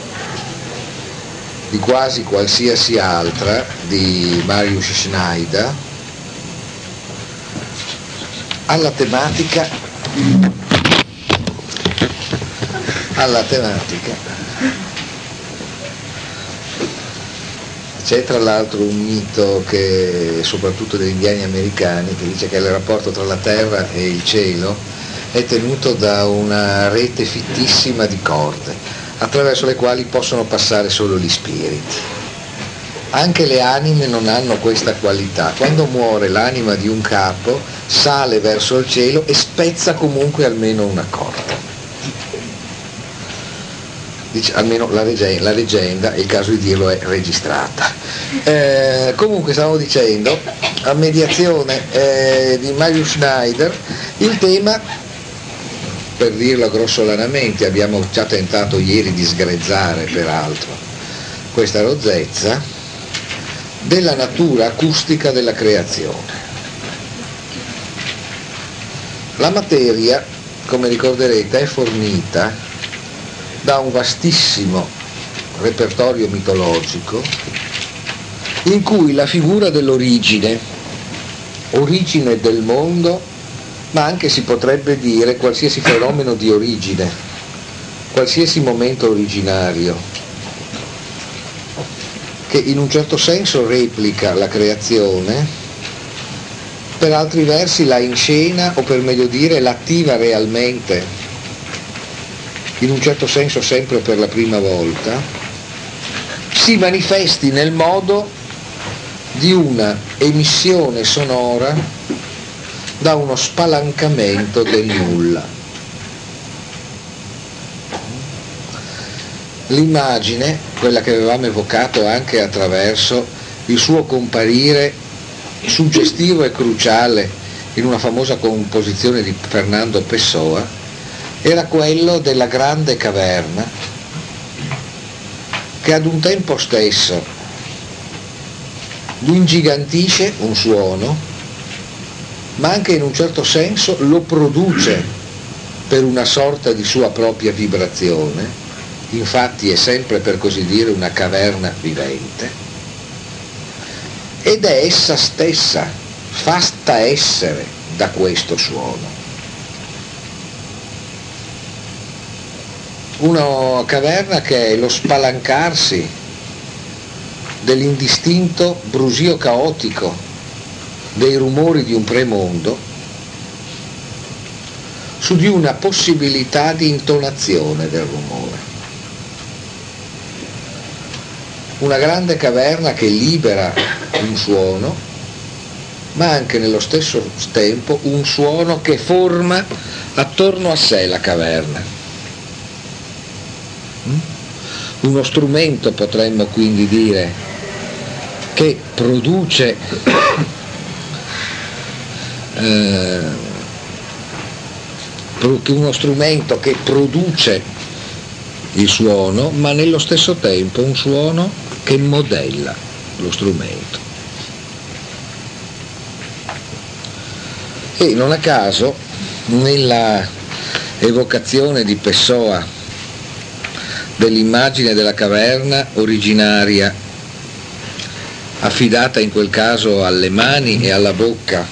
di quasi qualsiasi altra di Marius Schneider, alla tematica alla tematica c'è tra l'altro un mito che soprattutto degli indiani americani, che dice che il rapporto tra la terra e il cielo è tenuto da una rete fittissima di corde attraverso le quali possono passare solo gli spiriti. Anche le anime non hanno questa qualità. Quando muore l'anima di un capo sale verso il cielo e spezza comunque almeno una corda. Dice, almeno la leggenda, la leggenda, è il caso di dirlo, è registrata. Eh, comunque stavo dicendo, a mediazione eh, di Marius Schneider, il tema, per dirlo grossolanamente, abbiamo già tentato ieri di sgrezzare peraltro questa rozzezza, della natura acustica della creazione. La materia, come ricorderete, è fornita da un vastissimo repertorio mitologico in cui la figura dell'origine, origine del mondo, ma anche si potrebbe dire qualsiasi fenomeno di origine, qualsiasi momento originario, che in un certo senso replica la creazione, per altri versi la inscena, o per meglio dire l'attiva realmente, in un certo senso sempre per la prima volta, si manifesti nel modo di una emissione sonora da uno spalancamento del nulla. L'immagine, quella che avevamo evocato anche attraverso il suo comparire suggestivo e cruciale in una famosa composizione di Fernando Pessoa, era quello della grande caverna che ad un tempo stesso lo ingigantisce un suono, ma anche in un certo senso lo produce per una sorta di sua propria vibrazione, infatti è sempre, per così dire, una caverna vivente, ed è essa stessa fatta essere da questo suono. Una caverna che è lo spalancarsi dell'indistinto brusio caotico dei rumori di un premondo su di una possibilità di intonazione del rumore. Una grande caverna che libera un suono, ma anche nello stesso tempo un suono che forma attorno a sé la caverna. Uno strumento, potremmo quindi dire, che produce eh, uno strumento che produce il suono, ma nello stesso tempo un suono che modella lo strumento. E non a caso nella evocazione di Pessoa dell'immagine della caverna originaria, affidata in quel caso alle mani e alla bocca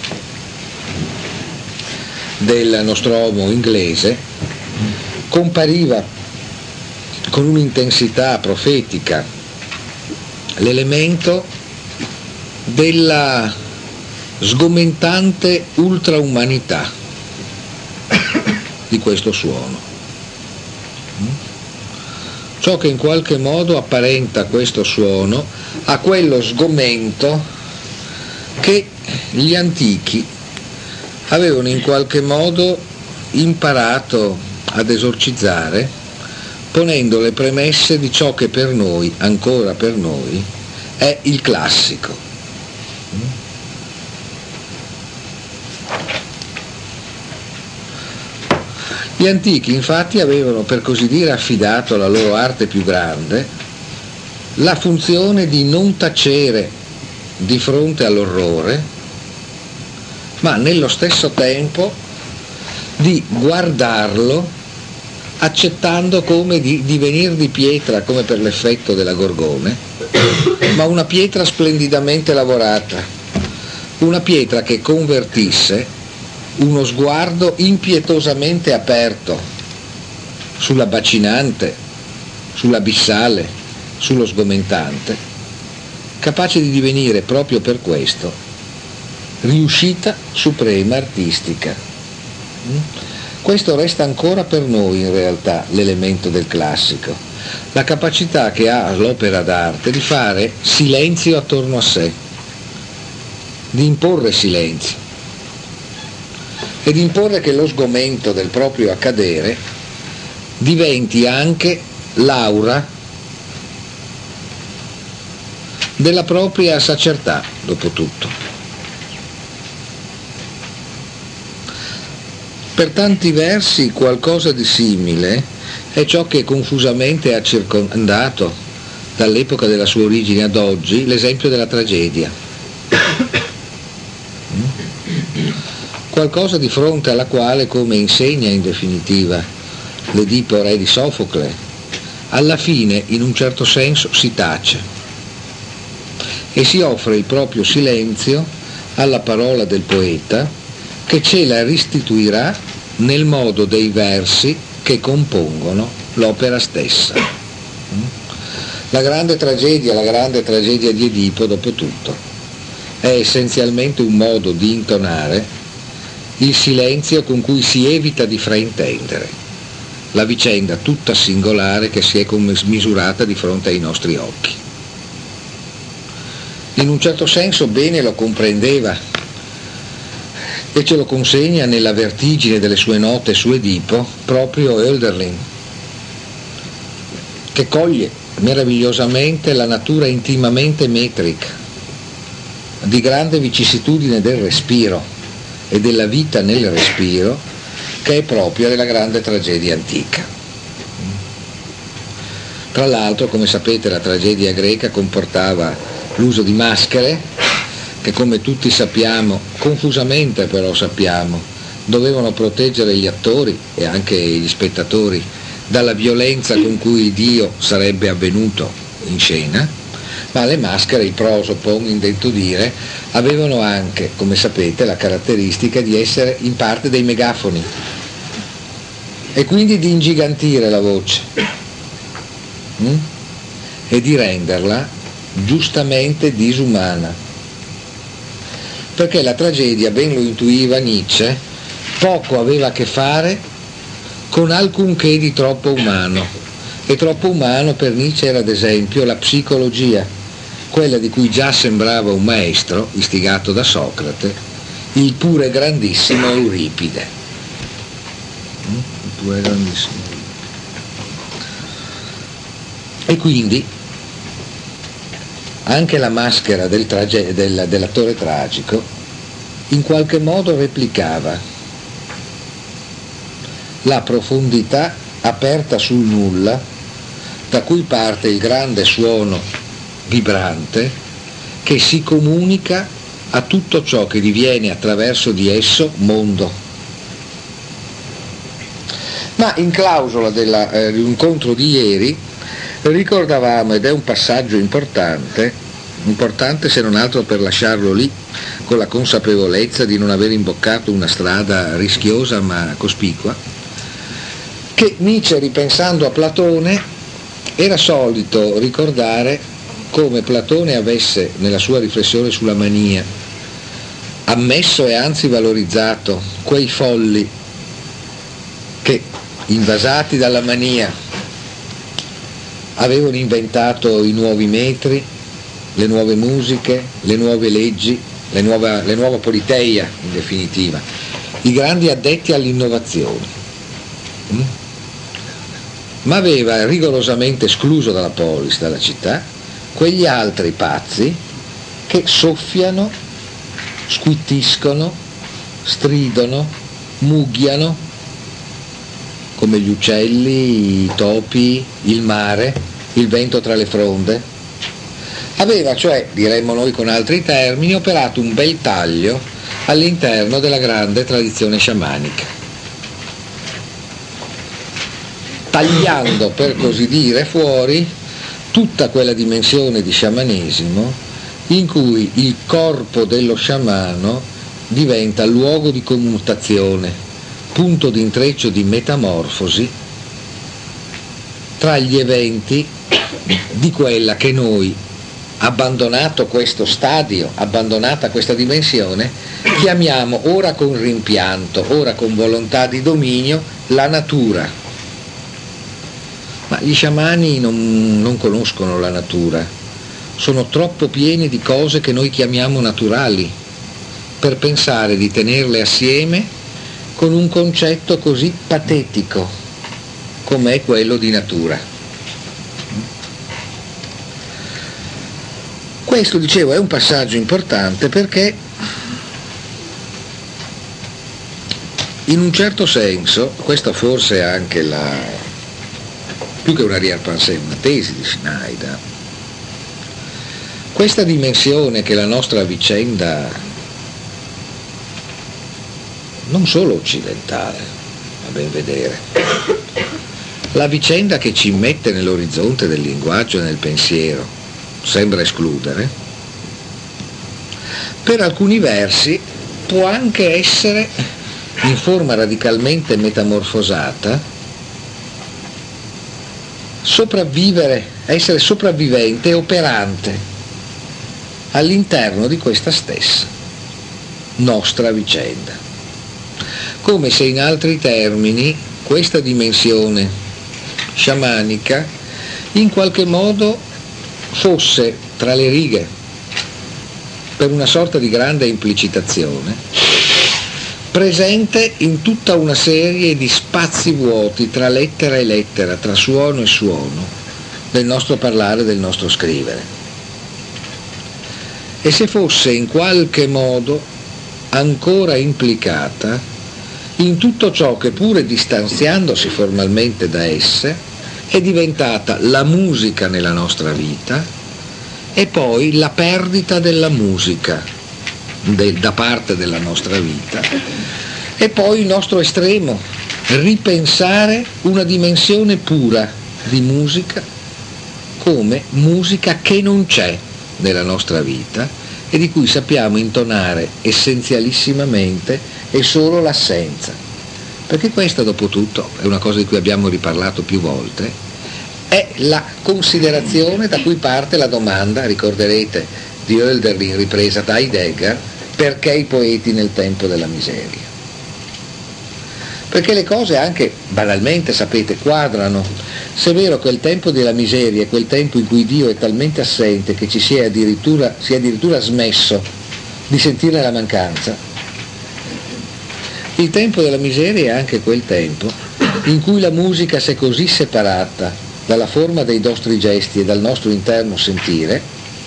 del nostromo inglese, compariva con un'intensità profetica l'elemento della sgomentante ultraumanità di questo suono. Ciò che in qualche modo apparenta questo suono a quello sgomento che gli antichi avevano in qualche modo imparato ad esorcizzare, ponendo le premesse di ciò che per noi, ancora per noi, è il classico. Gli antichi infatti avevano, per così dire, affidato alla loro arte più grande la funzione di non tacere di fronte all'orrore, ma nello stesso tempo di guardarlo accettando come di divenire di pietra, come per l'effetto della Gorgone, ma una pietra splendidamente lavorata, una pietra che convertisse uno sguardo impietosamente aperto sulla bacinante, sull'abissale, sullo sgomentante, capace di divenire proprio per questo riuscita suprema artistica. Questo resta ancora per noi in realtà l'elemento del classico, la capacità che ha l'opera d'arte di fare silenzio attorno a sé, di imporre silenzio e di imporre che lo sgomento del proprio accadere diventi anche l'aura della propria sacertà, dopo tutto. Per tanti versi qualcosa di simile è ciò che confusamente ha circondato, dall'epoca della sua origine ad oggi, l'esempio della tragedia. Qualcosa di fronte alla quale, come insegna in definitiva l'Edipo re di Sofocle, alla fine in un certo senso si tace e si offre il proprio silenzio alla parola del poeta, che ce la restituirà nel modo dei versi che compongono l'opera stessa. La grande tragedia, la grande tragedia di Edipo, dopo tutto, è essenzialmente un modo di intonare il silenzio con cui si evita di fraintendere la vicenda tutta singolare che si è commisurata di fronte ai nostri occhi. In un certo senso bene lo comprendeva e ce lo consegna nella vertigine delle sue note su Edipo proprio Hölderlin, che coglie meravigliosamente la natura intimamente metrica, di grande vicissitudine del respiro e della vita nel respiro, che è propria della grande tragedia antica. Tra l'altro, come sapete, la tragedia greca comportava l'uso di maschere che, come tutti sappiamo, confusamente però sappiamo, dovevano proteggere gli attori e anche gli spettatori dalla violenza con cui il Dio sarebbe avvenuto in scena, ma le maschere, il prosopon, intendo dire, avevano anche, come sapete, la caratteristica di essere in parte dei megafoni e quindi di ingigantire la voce mm? e di renderla giustamente disumana, perché la tragedia, ben lo intuiva Nietzsche, poco aveva a che fare con alcunché di troppo umano, e troppo umano per Nietzsche era ad esempio la psicologia, quella di cui già sembrava un maestro, istigato da Socrate, il pure grandissimo Euripide. Il pure grandissimo Euripide. E quindi anche la maschera del trage- del, dell'attore tragico in qualche modo replicava la profondità aperta sul nulla da cui parte il grande suono vibrante che si comunica a tutto ciò che diviene attraverso di esso mondo. Ma in clausola dell'incontro eh, di ieri ricordavamo, ed è un passaggio importante, importante se non altro per lasciarlo lì con la consapevolezza di non aver imboccato una strada rischiosa ma cospicua, che Nietzsche, ripensando a Platone, era solito ricordare come Platone avesse, nella sua riflessione sulla mania, ammesso e anzi valorizzato quei folli che, invasati dalla mania, avevano inventato i nuovi metri, le nuove musiche, le nuove leggi, le nuove, le nuove politeia in definitiva, i grandi addetti all'innovazione, mm? ma aveva rigorosamente escluso dalla polis, dalla città, quegli altri pazzi che soffiano, squittiscono, stridono, mugghiano, come gli uccelli, i topi, il mare, il vento tra le fronde. Aveva cioè, diremmo noi con altri termini, operato un bel taglio all'interno della grande tradizione sciamanica, tagliando per così dire fuori tutta quella dimensione di sciamanesimo in cui il corpo dello sciamano diventa luogo di commutazione, punto di intreccio di metamorfosi tra gli eventi di quella che noi, abbandonato questo stadio, abbandonata questa dimensione, chiamiamo ora con rimpianto, ora con volontà di dominio, la natura. Ma gli sciamani non, non conoscono la natura, sono troppo pieni di cose che noi chiamiamo naturali per pensare di tenerle assieme con un concetto così patetico come è quello di natura. Questo, dicevo, è un passaggio importante perché in un certo senso, questa forse è anche la, più che una arrière-pensée, una tesi di Schneider, questa dimensione che la nostra vicenda, non solo occidentale, a ben vedere, la vicenda che ci mette nell'orizzonte del linguaggio e nel pensiero, sembra escludere, per alcuni versi può anche essere, in forma radicalmente metamorfosata, sopravvivere, essere sopravvivente e operante all'interno di questa stessa nostra vicenda. Come se in altri termini questa dimensione sciamanica in qualche modo fosse tra le righe, per una sorta di grande implicitazione, presente in tutta una serie di spazi vuoti tra lettera e lettera, tra suono e suono del nostro parlare, del nostro scrivere. E se fosse in qualche modo ancora implicata in tutto ciò che, pure distanziandosi formalmente da esse, è diventata la musica nella nostra vita e poi la perdita della musica de, da parte della nostra vita e poi il nostro estremo, ripensare una dimensione pura di musica come musica che non c'è nella nostra vita e di cui sappiamo intonare essenzialissimamente e solo l'assenza, perché questa, dopo tutto, è una cosa di cui abbiamo riparlato più volte, è la considerazione da cui parte la domanda, ricorderete, di Hölderlin ripresa da Heidegger, perché i poeti nel tempo della miseria? Perché le cose anche banalmente, sapete, quadrano. Se è vero che il tempo della miseria è quel tempo in cui Dio è talmente assente che ci si è addirittura, si è addirittura smesso di sentirne la mancanza, il tempo della miseria è anche quel tempo in cui la musica si è così separata dalla forma dei nostri gesti e dal nostro interno sentire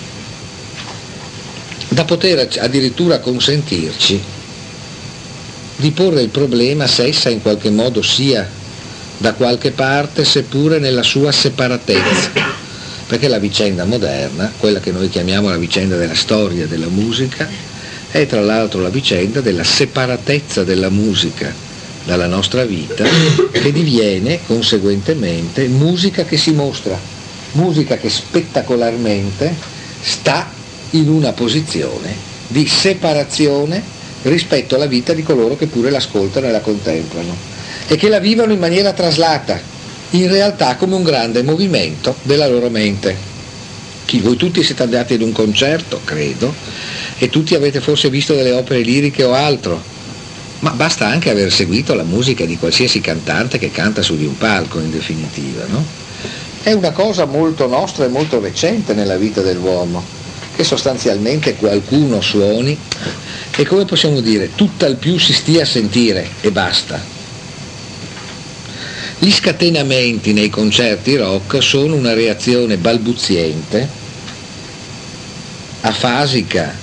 da poter addirittura consentirci di porre il problema se essa in qualche modo sia da qualche parte, seppure nella sua separatezza, perché la vicenda moderna, quella che noi chiamiamo la vicenda della storia della musica, è tra l'altro la vicenda della separatezza della musica dalla nostra vita, che diviene conseguentemente musica che si mostra, musica che spettacolarmente sta in una posizione di separazione rispetto alla vita di coloro che pure l'ascoltano e la contemplano e che la vivono in maniera traslata, in realtà come un grande movimento della loro mente. Chi, voi tutti siete andati ad un concerto, credo, e tutti avete forse visto delle opere liriche o altro, ma basta anche aver seguito la musica di qualsiasi cantante che canta su di un palco, in definitiva, no? È una cosa molto nostra e molto recente nella vita dell'uomo, che sostanzialmente qualcuno suoni e, come possiamo dire, tutt'al più si stia a sentire e basta. Gli scatenamenti nei concerti rock sono una reazione balbuziente, afasica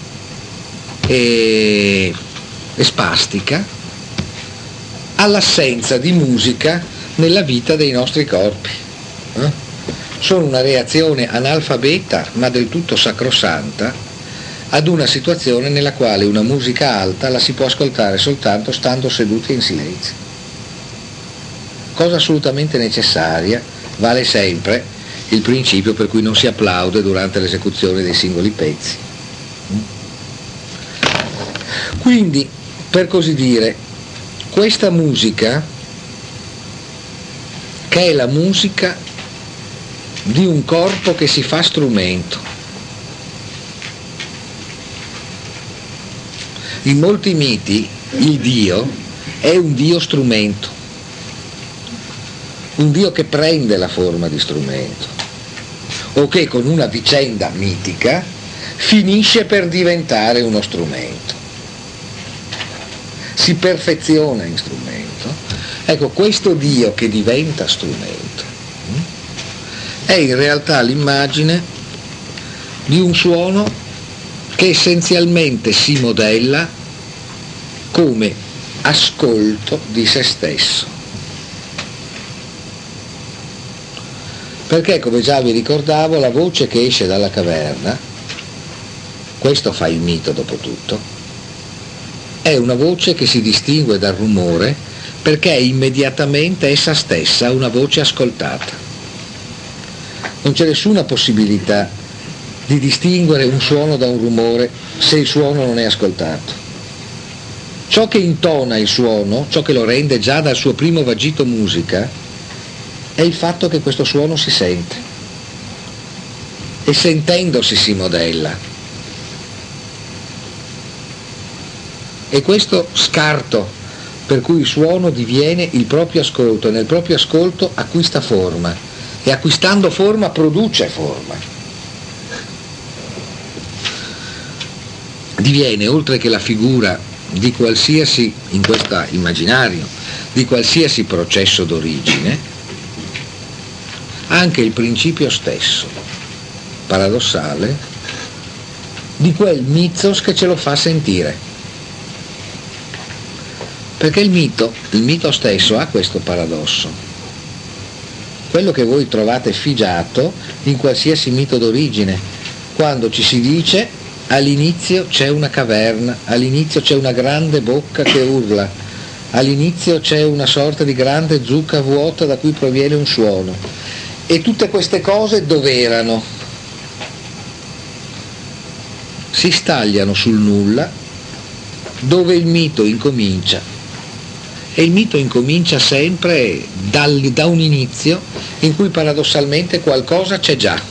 e, e spastica all'assenza di musica nella vita dei nostri corpi. Eh? Sono una reazione analfabeta ma del tutto sacrosanta ad una situazione nella quale una musica alta la si può ascoltare soltanto stando seduti in silenzio. Cosa assolutamente necessaria, vale sempre il principio per cui non si applaude durante l'esecuzione dei singoli pezzi. Quindi, per così dire, questa musica, che è la musica di un corpo che si fa strumento. In molti miti il Dio è un Dio strumento, un Dio che prende la forma di strumento o che con una vicenda mitica finisce per diventare uno strumento, si perfeziona in strumento. Ecco, questo Dio che diventa strumento è in realtà l'immagine di un suono che essenzialmente si modella come ascolto di se stesso. Perché, come già vi ricordavo, la voce che esce dalla caverna, questo fa il mito dopo tutto, è una voce che si distingue dal rumore perché è immediatamente essa stessa una voce ascoltata. Non c'è nessuna possibilità di distinguere un suono da un rumore se il suono non è ascoltato. Ciò che intona il suono, ciò che lo rende già dal suo primo vagito musica, è il fatto che questo suono si sente e sentendosi si modella. E questo scarto per cui il suono diviene il proprio ascolto e nel proprio ascolto acquista forma e acquistando forma produce forma. Diviene, oltre che la figura di qualsiasi, in questo immaginario, di qualsiasi processo d'origine, anche il principio stesso, paradossale, di quel mythos che ce lo fa sentire. Perché il mito, il mito stesso ha questo paradosso. Quello che voi trovate figiato in qualsiasi mito d'origine, quando ci si dice all'inizio c'è una caverna, all'inizio c'è una grande bocca che urla, all'inizio c'è una sorta di grande zucca vuota da cui proviene un suono. E tutte queste cose dove erano? Si stagliano sul nulla, dove il mito incomincia. E il mito incomincia sempre dal, da un inizio in cui paradossalmente qualcosa c'è già.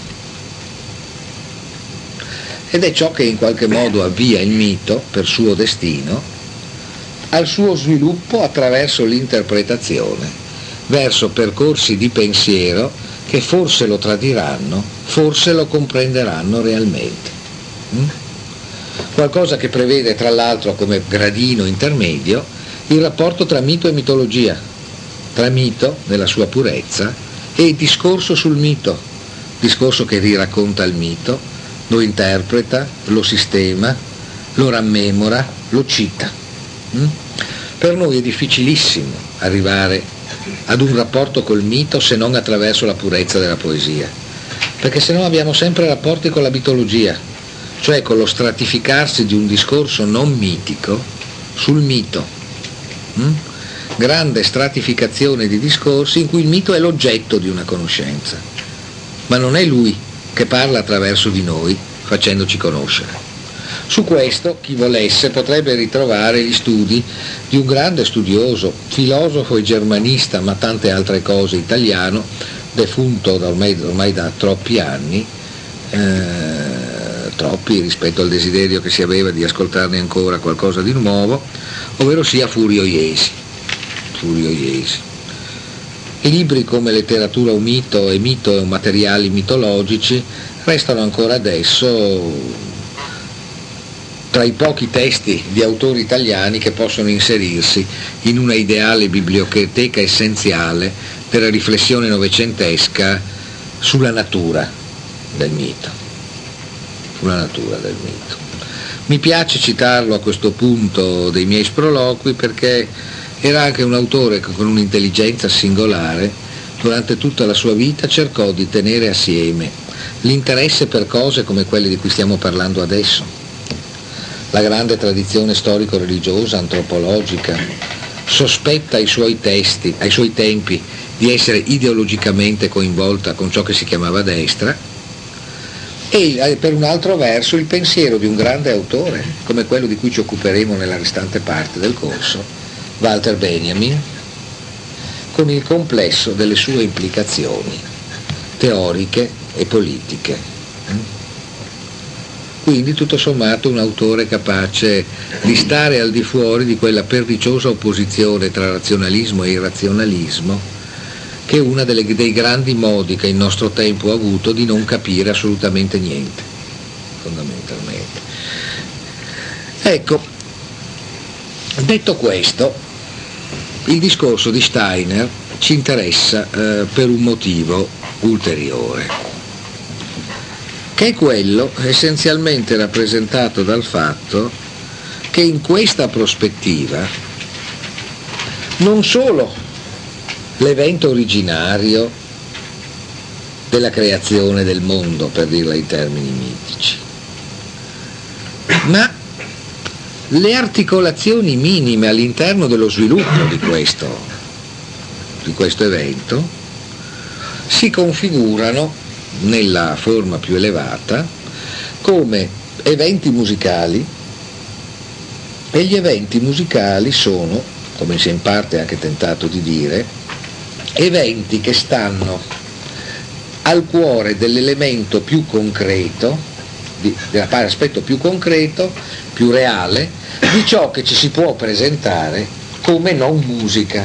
Ed è ciò che in qualche modo avvia il mito, per suo destino, al suo sviluppo attraverso l'interpretazione, verso percorsi di pensiero che forse lo tradiranno, forse lo comprenderanno realmente. Mm? Qualcosa che prevede tra l'altro come gradino intermedio il rapporto tra mito e mitologia, tra mito nella sua purezza e discorso sul mito, discorso che riracconta il mito, lo interpreta, lo sistema, lo rammemora, lo cita. Mm? Per noi è difficilissimo arrivare ad un rapporto col mito se non attraverso la purezza della poesia, perché se no abbiamo sempre rapporti con la mitologia, cioè con lo stratificarsi di un discorso non mitico sul mito. Mm? Grande stratificazione di discorsi in cui il mito è l'oggetto di una conoscenza, ma non è lui che parla attraverso di noi facendoci conoscere. Su questo chi volesse potrebbe ritrovare gli studi di un grande studioso, filosofo e germanista, ma tante altre cose, italiano, defunto da ormai, ormai da troppi anni, eh, troppi rispetto al desiderio che si aveva di ascoltarne ancora qualcosa di nuovo, ovvero sia Furio Iesi. Furio Iesi. I libri come Letteratura o mito e Mito e materiali mitologici restano ancora adesso tra i pochi testi di autori italiani che possono inserirsi in una ideale biblioteca essenziale per la riflessione novecentesca sulla natura del mito. Sulla natura del mito. Mi piace citarlo a questo punto dei miei sproloqui perché era anche un autore che con un'intelligenza singolare durante tutta la sua vita cercò di tenere assieme l'interesse per cose come quelle di cui stiamo parlando adesso, la grande tradizione storico-religiosa, antropologica, sospetta ai suoi testi, ai suoi tempi, di essere ideologicamente coinvolta con ciò che si chiamava destra, e per un altro verso il pensiero di un grande autore, come quello di cui ci occuperemo nella restante parte del corso, Walter Benjamin, con il complesso delle sue implicazioni teoriche e politiche. Quindi tutto sommato un autore capace di stare al di fuori di quella perniciosa opposizione tra razionalismo e irrazionalismo, che è uno dei grandi modi che il nostro tempo ha avuto di non capire assolutamente niente, fondamentalmente. Ecco, detto questo, il discorso di Steiner ci interessa eh, per un motivo ulteriore, che è quello essenzialmente rappresentato dal fatto che in questa prospettiva non solo l'evento originario della creazione del mondo, per dirla in termini mitici, ma le articolazioni minime all'interno dello sviluppo di questo, di questo evento si configurano nella forma più elevata come eventi musicali, e gli eventi musicali sono, come si è in parte anche tentato di dire, eventi che stanno al cuore dell'elemento più concreto, dell'aspetto più concreto, più reale, di ciò che ci si può presentare come non musica.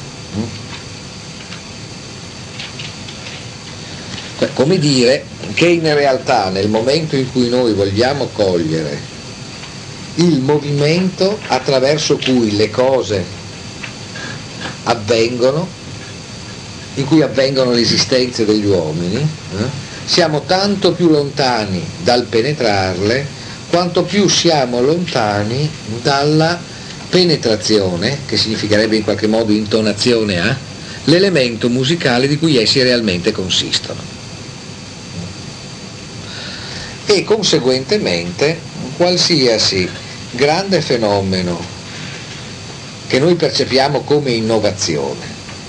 Come dire che in realtà nel momento in cui noi vogliamo cogliere il movimento attraverso cui le cose avvengono, in cui avvengono le esistenze degli uomini, eh, siamo tanto più lontani dal penetrarle quanto più siamo lontani dalla penetrazione, che significherebbe in qualche modo intonazione a, l'elemento musicale di cui essi realmente consistono. E conseguentemente qualsiasi grande fenomeno che noi percepiamo come innovazione,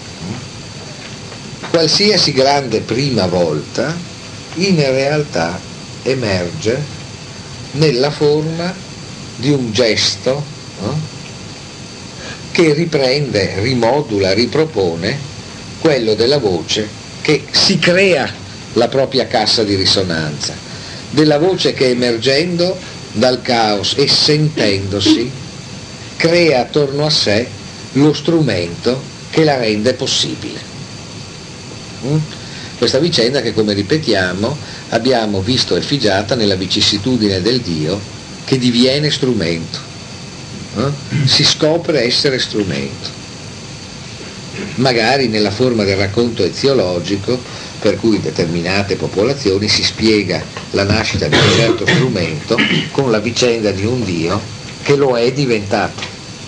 qualsiasi grande prima volta, in realtà emerge nella forma di un gesto eh, che riprende, rimodula, ripropone quello della voce che si crea la propria cassa di risonanza, della voce che emergendo dal caos e sentendosi crea attorno a sé lo strumento che la rende possibile. Mm? Questa vicenda che, come ripetiamo, abbiamo visto effigiata nella vicissitudine del Dio che diviene strumento, eh? si scopre essere strumento, magari nella forma del racconto eziologico, per cui determinate popolazioni si spiega la nascita di un certo strumento con la vicenda di un Dio che lo è diventato.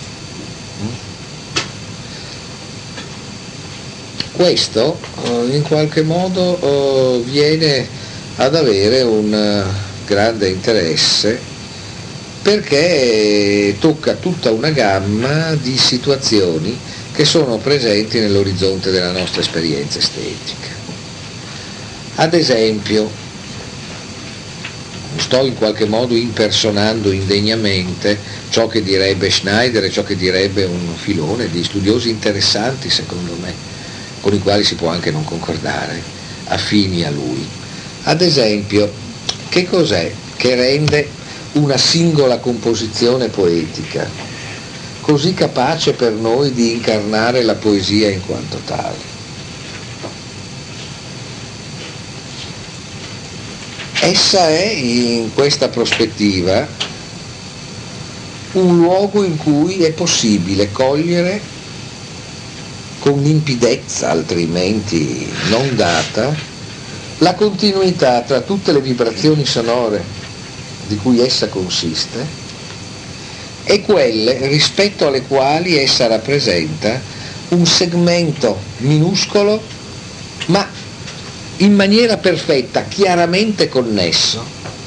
Questo eh, in qualche modo eh, viene ad avere un uh, grande interesse perché tocca tutta una gamma di situazioni che sono presenti nell'orizzonte della nostra esperienza estetica. Ad esempio, sto in qualche modo impersonando indegnamente ciò che direbbe Schneider e ciò che direbbe un filone di studiosi interessanti, secondo me, con i quali si può anche non concordare, affini a lui. Ad esempio, che cos'è che rende una singola composizione poetica così capace per noi di incarnare la poesia in quanto tale? Essa è, in questa prospettiva, un luogo in cui è possibile cogliere con limpidezza altrimenti non data la continuità tra tutte le vibrazioni sonore di cui essa consiste e quelle rispetto alle quali essa rappresenta un segmento minuscolo ma in maniera perfetta, chiaramente connesso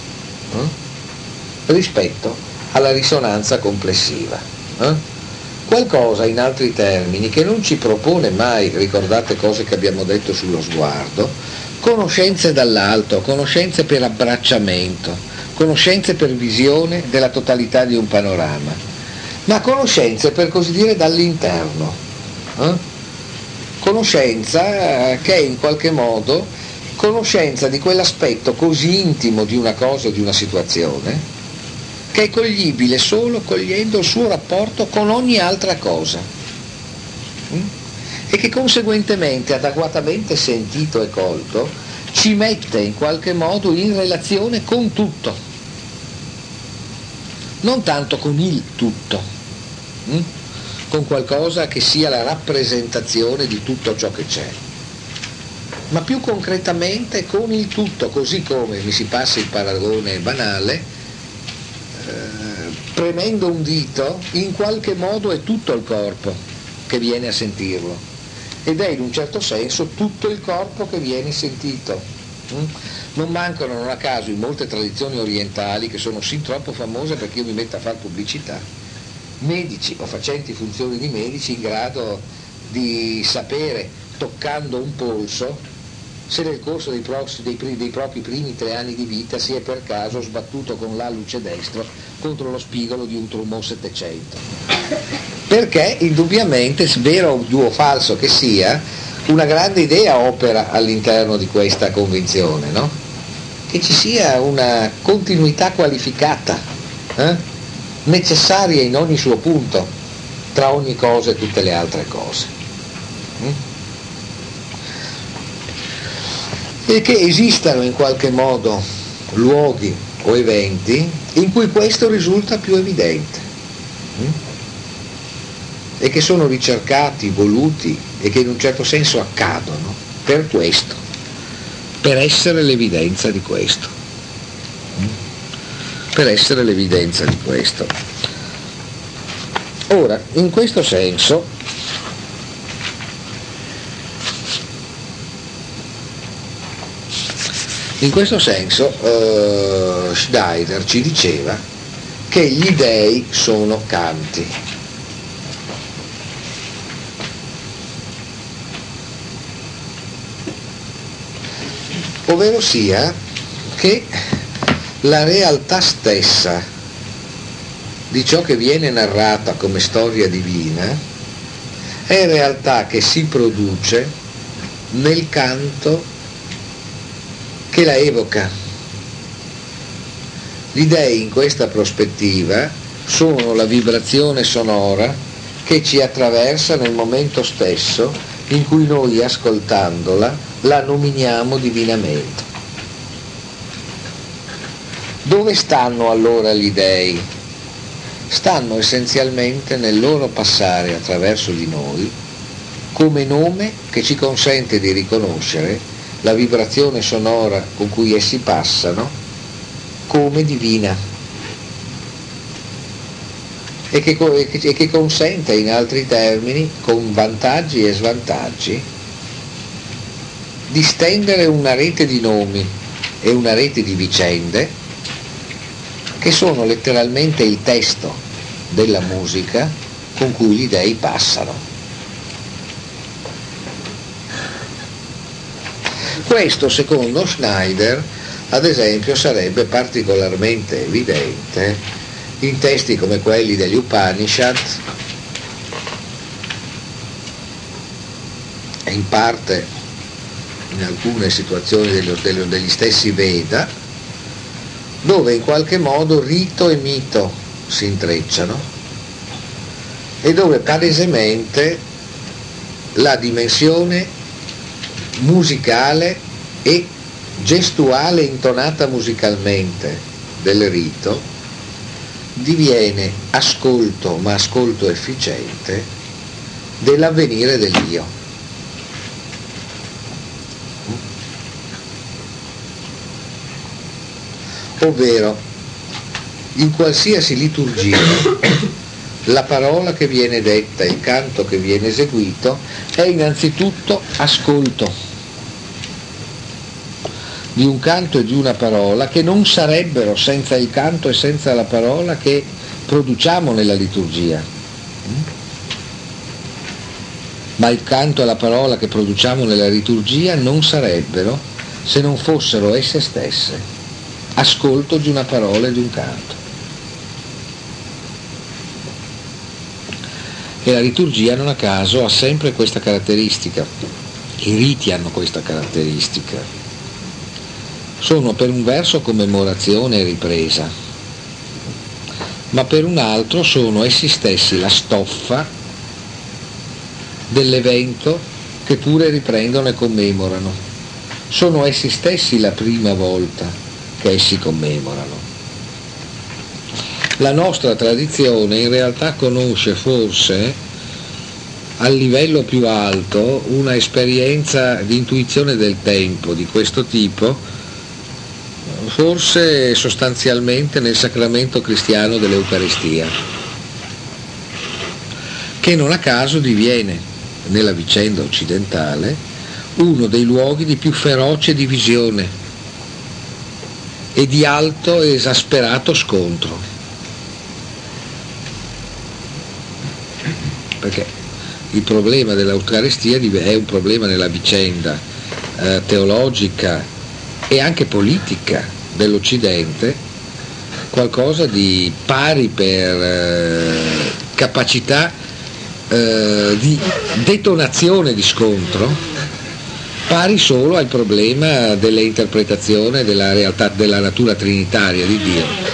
eh, rispetto alla risonanza complessiva. Eh? Qualcosa, in altri termini, che non ci propone mai, ricordate cose che abbiamo detto sullo sguardo, conoscenze dall'alto, conoscenze per abbracciamento, conoscenze per visione della totalità di un panorama, ma conoscenze per così dire dall'interno, eh? conoscenza che è in qualche modo conoscenza di quell'aspetto così intimo di una cosa o di una situazione che è coglibile solo cogliendo il suo rapporto con ogni altra cosa mm? e che conseguentemente, adeguatamente sentito e colto, ci mette in qualche modo in relazione con tutto, non tanto con il tutto, mm? con qualcosa che sia la rappresentazione di tutto ciò che c'è, ma più concretamente con il tutto, così come, mi si passi il paragone banale, premendo un dito, in qualche modo è tutto il corpo che viene a sentirlo, ed è in un certo senso tutto il corpo che viene sentito. Non mancano, non a caso, in molte tradizioni orientali, che sono sin troppo famose perché io mi metto a fare pubblicità, medici o facenti funzioni di medici in grado di sapere, toccando un polso, se nel corso dei, prossimi, dei, dei propri primi tre anni di vita si è per caso sbattuto con l'alluce destro contro lo spigolo di un Trumont settecento. Perché indubbiamente, vero o falso che sia, una grande idea opera all'interno di questa convinzione, no? Che ci sia una continuità qualificata, eh? necessaria in ogni suo punto, tra ogni cosa e tutte le altre cose. Mm? E che esistano in qualche modo luoghi o eventi in cui questo risulta più evidente mm? e che sono ricercati, voluti e che in un certo senso accadono per questo, per essere l'evidenza di questo, mm? per essere l'evidenza di questo. Ora, in questo senso, In questo senso eh, Schneider ci diceva che gli dei sono canti. Ovvero sia che la realtà stessa di ciò che viene narrata come storia divina è realtà che si produce nel canto che la evoca. Gli dei in questa prospettiva sono la vibrazione sonora che ci attraversa nel momento stesso in cui noi, ascoltandola, la nominiamo divinamente. Dove stanno allora gli dei? Stanno essenzialmente nel loro passare attraverso di noi come nome che ci consente di riconoscere la vibrazione sonora con cui essi passano come divina e che, e che consente, in altri termini, con vantaggi e svantaggi, di stendere una rete di nomi e una rete di vicende che sono letteralmente il testo della musica con cui gli dei passano. Questo, secondo Schneider, ad esempio, sarebbe particolarmente evidente in testi come quelli degli Upanishad e in parte in alcune situazioni dello, dello, degli stessi Veda, dove in qualche modo rito e mito si intrecciano e dove palesemente la dimensione musicale e gestuale intonata musicalmente del rito diviene ascolto, ma ascolto efficiente, dell'avvenire dell'io. Ovvero, in qualsiasi liturgia, la parola che viene detta, il canto che viene eseguito, è innanzitutto ascolto di un canto e di una parola che non sarebbero senza il canto e senza la parola che produciamo nella liturgia. Ma il canto e la parola che produciamo nella liturgia non sarebbero se non fossero esse stesse ascolto di una parola e di un canto. E la liturgia, non a caso, ha sempre questa caratteristica, i riti hanno questa caratteristica. Sono per un verso commemorazione e ripresa, ma per un altro sono essi stessi la stoffa dell'evento che pure riprendono e commemorano. Sono essi stessi la prima volta che essi commemorano. La nostra tradizione in realtà conosce forse al livello più alto una esperienza di intuizione del tempo di questo tipo, forse sostanzialmente nel sacramento cristiano dell'Eucaristia, che non a caso diviene nella vicenda occidentale uno dei luoghi di più feroce divisione e di alto e esasperato scontro. Perché il problema dell'Eucaristia è un problema nella vicenda eh, teologica e anche politica dell'Occidente, qualcosa di pari per eh, capacità eh, di detonazione di scontro, pari solo al problema dell'interpretazione della realtà, della natura trinitaria di Dio.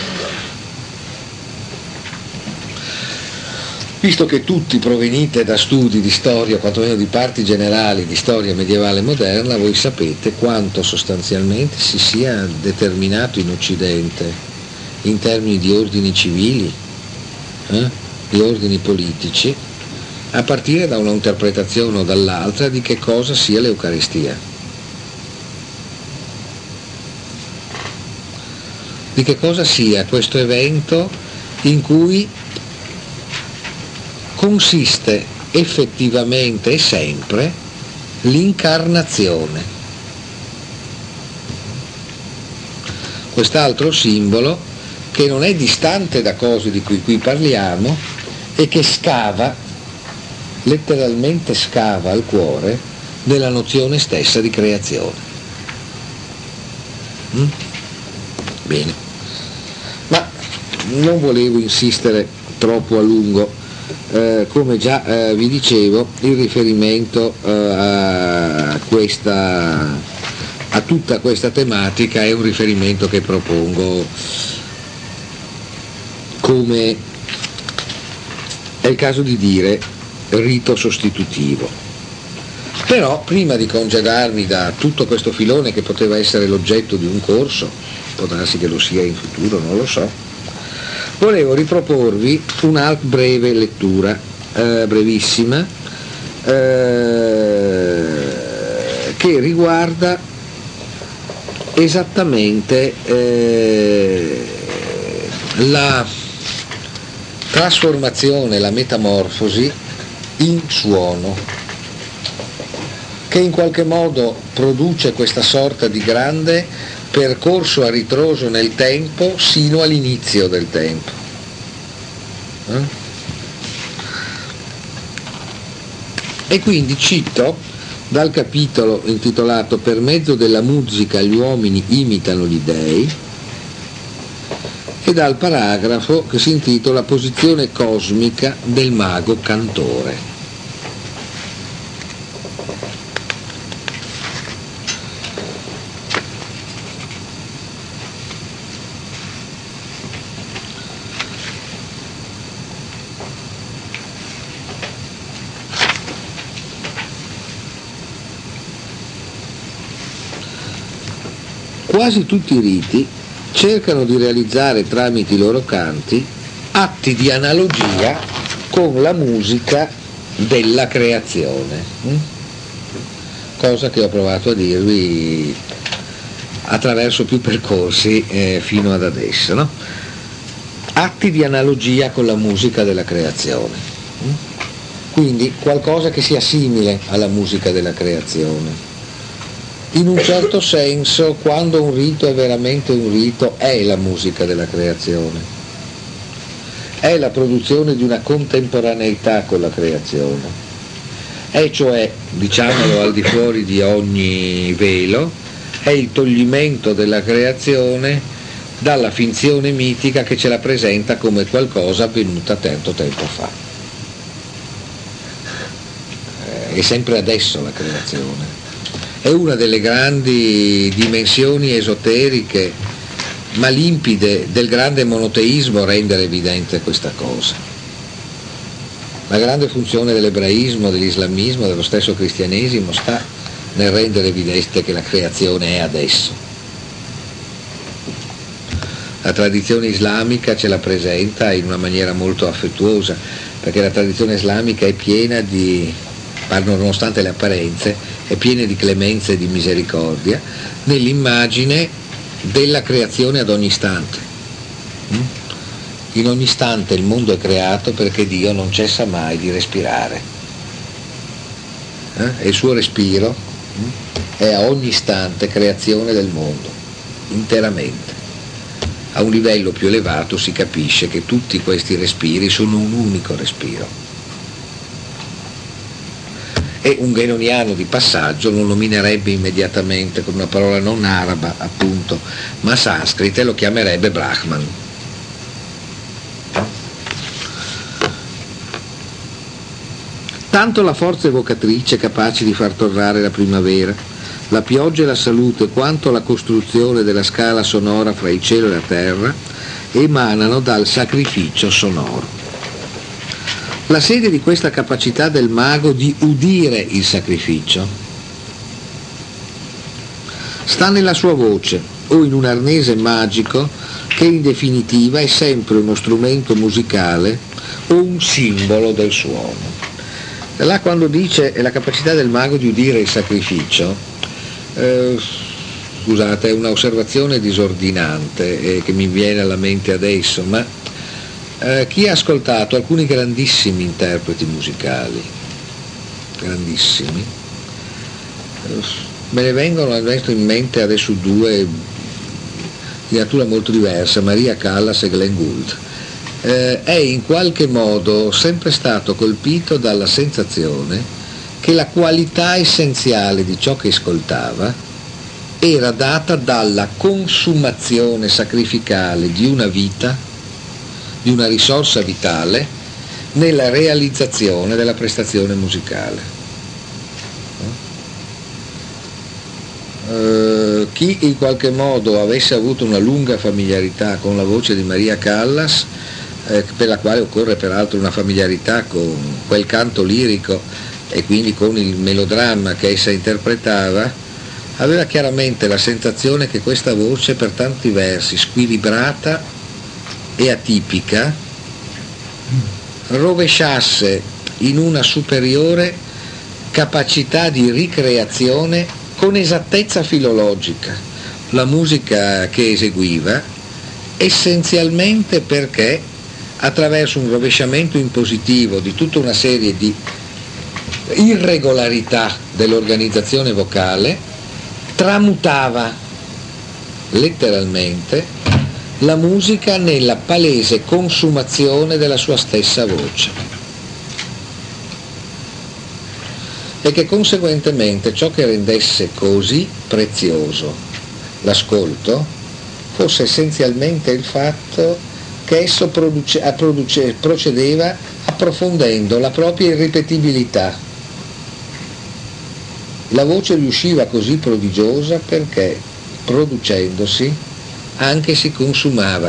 Visto che tutti provenite da studi di storia, quantomeno di parti generali di storia medievale moderna, voi sapete quanto sostanzialmente si sia determinato in Occidente in termini di ordini civili, eh, di ordini politici, a partire da una interpretazione o dall'altra di che cosa sia l'Eucaristia. Di che cosa sia questo evento in cui consiste effettivamente e sempre l'incarnazione. Quest'altro simbolo che non è distante da cose di cui qui parliamo e che scava, letteralmente scava al cuore della nozione stessa di creazione. Mm? Bene, ma non volevo insistere troppo a lungo. Eh, come già eh, vi dicevo, il riferimento eh, a, questa, a tutta questa tematica è un riferimento che propongo come, è il caso di dire, rito sostitutivo. Però prima di congedarmi da tutto questo filone che poteva essere l'oggetto di un corso, può darsi che lo sia in futuro, non lo so, volevo riproporvi una breve lettura, eh, brevissima, eh, che riguarda esattamente eh, la trasformazione, la metamorfosi in suono, che in qualche modo produce questa sorta di grande percorso a ritroso nel tempo sino all'inizio del tempo. Eh? E quindi cito dal capitolo intitolato Per mezzo della musica gli uomini imitano gli dei e dal paragrafo che si intitola Posizione cosmica del mago cantore. Quasi tutti i riti cercano di realizzare tramite i loro canti atti di analogia con la musica della creazione, cosa che ho provato a dirvi attraverso più percorsi eh, fino ad adesso, no? Atti di analogia con la musica della creazione, quindi qualcosa che sia simile alla musica della creazione. In un certo senso, quando un rito è veramente un rito, è la musica della creazione, è la produzione di una contemporaneità con la creazione, è cioè, diciamolo al di fuori di ogni velo, è il toglimento della creazione dalla finzione mitica che ce la presenta come qualcosa avvenuta tanto tempo fa. È sempre adesso la creazione. È una delle grandi dimensioni esoteriche ma limpide del grande monoteismo rendere evidente questa cosa. La grande funzione dell'ebraismo, dell'islamismo, dello stesso cristianesimo sta nel rendere evidente che la creazione è adesso. La tradizione islamica ce la presenta in una maniera molto affettuosa, perché la tradizione islamica è piena di, nonostante le apparenze, è piena di clemenza e di misericordia nell'immagine della creazione ad ogni istante. In ogni istante il mondo è creato perché Dio non cessa mai di respirare, eh? e il suo respiro è a ogni istante creazione del mondo, interamente. A un livello più elevato si capisce che tutti questi respiri sono un unico respiro. E un ghenoniano di passaggio lo nominerebbe immediatamente con una parola non araba, appunto, ma sanscrita, e lo chiamerebbe Brahman. Tanto la forza evocatrice capace di far tornare la primavera, la pioggia e la salute, quanto la costruzione della scala sonora fra il cielo e la terra, emanano dal sacrificio sonoro. La sede di questa capacità del mago di udire il sacrificio sta nella sua voce o in un arnese magico che in definitiva è sempre uno strumento musicale o un simbolo del suono. Là quando dice la capacità del mago di udire il sacrificio, eh, scusate, è una osservazione disordinante eh, che mi viene alla mente adesso, ma Eh, chi ha ascoltato alcuni grandissimi interpreti musicali, grandissimi, eh, me ne vengono in mente adesso due di natura molto diversa, Maria Callas e Glenn Gould, eh, è in qualche modo sempre stato colpito dalla sensazione che la qualità essenziale di ciò che ascoltava era data dalla consumazione sacrificale di una vita, di una risorsa vitale nella realizzazione della prestazione musicale. Eh, chi in qualche modo avesse avuto una lunga familiarità con la voce di Maria Callas, eh, per la quale occorre peraltro una familiarità con quel canto lirico e quindi con il melodramma che essa interpretava, aveva chiaramente la sensazione che questa voce, per tanti versi squilibrata e atipica, rovesciasse in una superiore capacità di ricreazione con esattezza filologica la musica che eseguiva, essenzialmente perché attraverso un rovesciamento impositivo di tutta una serie di irregolarità dell'organizzazione vocale tramutava letteralmente la musica nella palese consumazione della sua stessa voce, e che conseguentemente ciò che rendesse così prezioso l'ascolto fosse essenzialmente il fatto che esso produce, produce, procedeva approfondendo la propria irripetibilità. La voce riusciva così prodigiosa perché, producendosi, anche si consumava,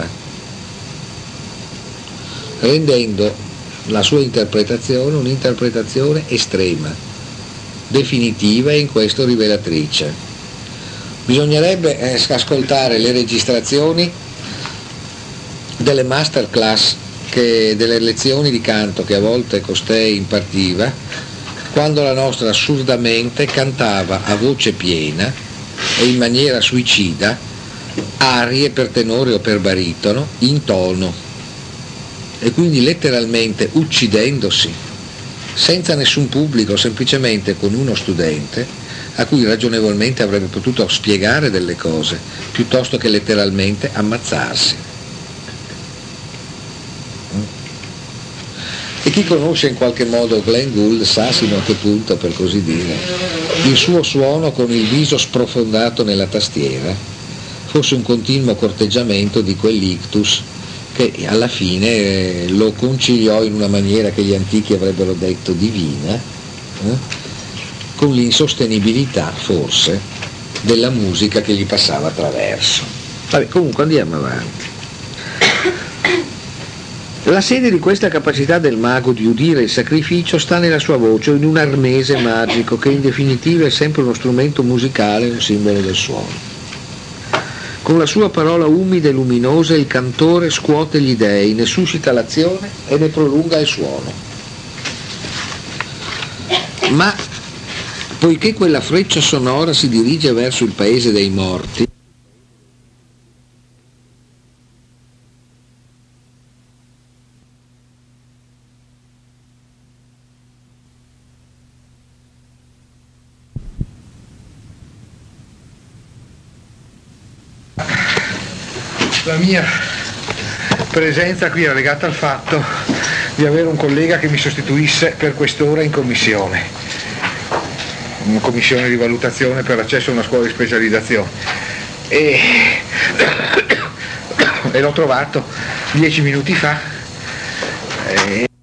rendendo la sua interpretazione un'interpretazione estrema, definitiva e in questo rivelatrice. Bisognerebbe ascoltare le registrazioni delle masterclass che, delle lezioni di canto che a volte costei impartiva, quando la nostra assurdamente cantava a voce piena e in maniera suicida arie per tenore o per baritono in tono, e quindi letteralmente uccidendosi, senza nessun pubblico, semplicemente con uno studente a cui ragionevolmente avrebbe potuto spiegare delle cose, piuttosto che letteralmente ammazzarsi. E chi conosce in qualche modo Glenn Gould sa sino a che punto, per così dire, il suo suono con il viso sprofondato nella tastiera fosse un continuo corteggiamento di quell'ictus che alla fine lo conciliò in una maniera che gli antichi avrebbero detto divina, eh? con l'insostenibilità forse della musica che gli passava attraverso. Vabbè, comunque andiamo avanti. La sede di questa capacità del mago di udire il sacrificio sta nella sua voce, in un arnese magico che in definitiva è sempre uno strumento musicale, un simbolo del suono. Con la sua parola umida e luminosa il cantore scuote gli dei, ne suscita l'azione e ne prolunga il suono. Ma poiché quella freccia sonora si dirige verso il paese dei morti, la mia presenza qui era legata al fatto di avere un collega che mi sostituisse per quest'ora in commissione, una commissione di valutazione per l'accesso a una scuola di specializzazione, e, e l'ho trovato dieci minuti fa. E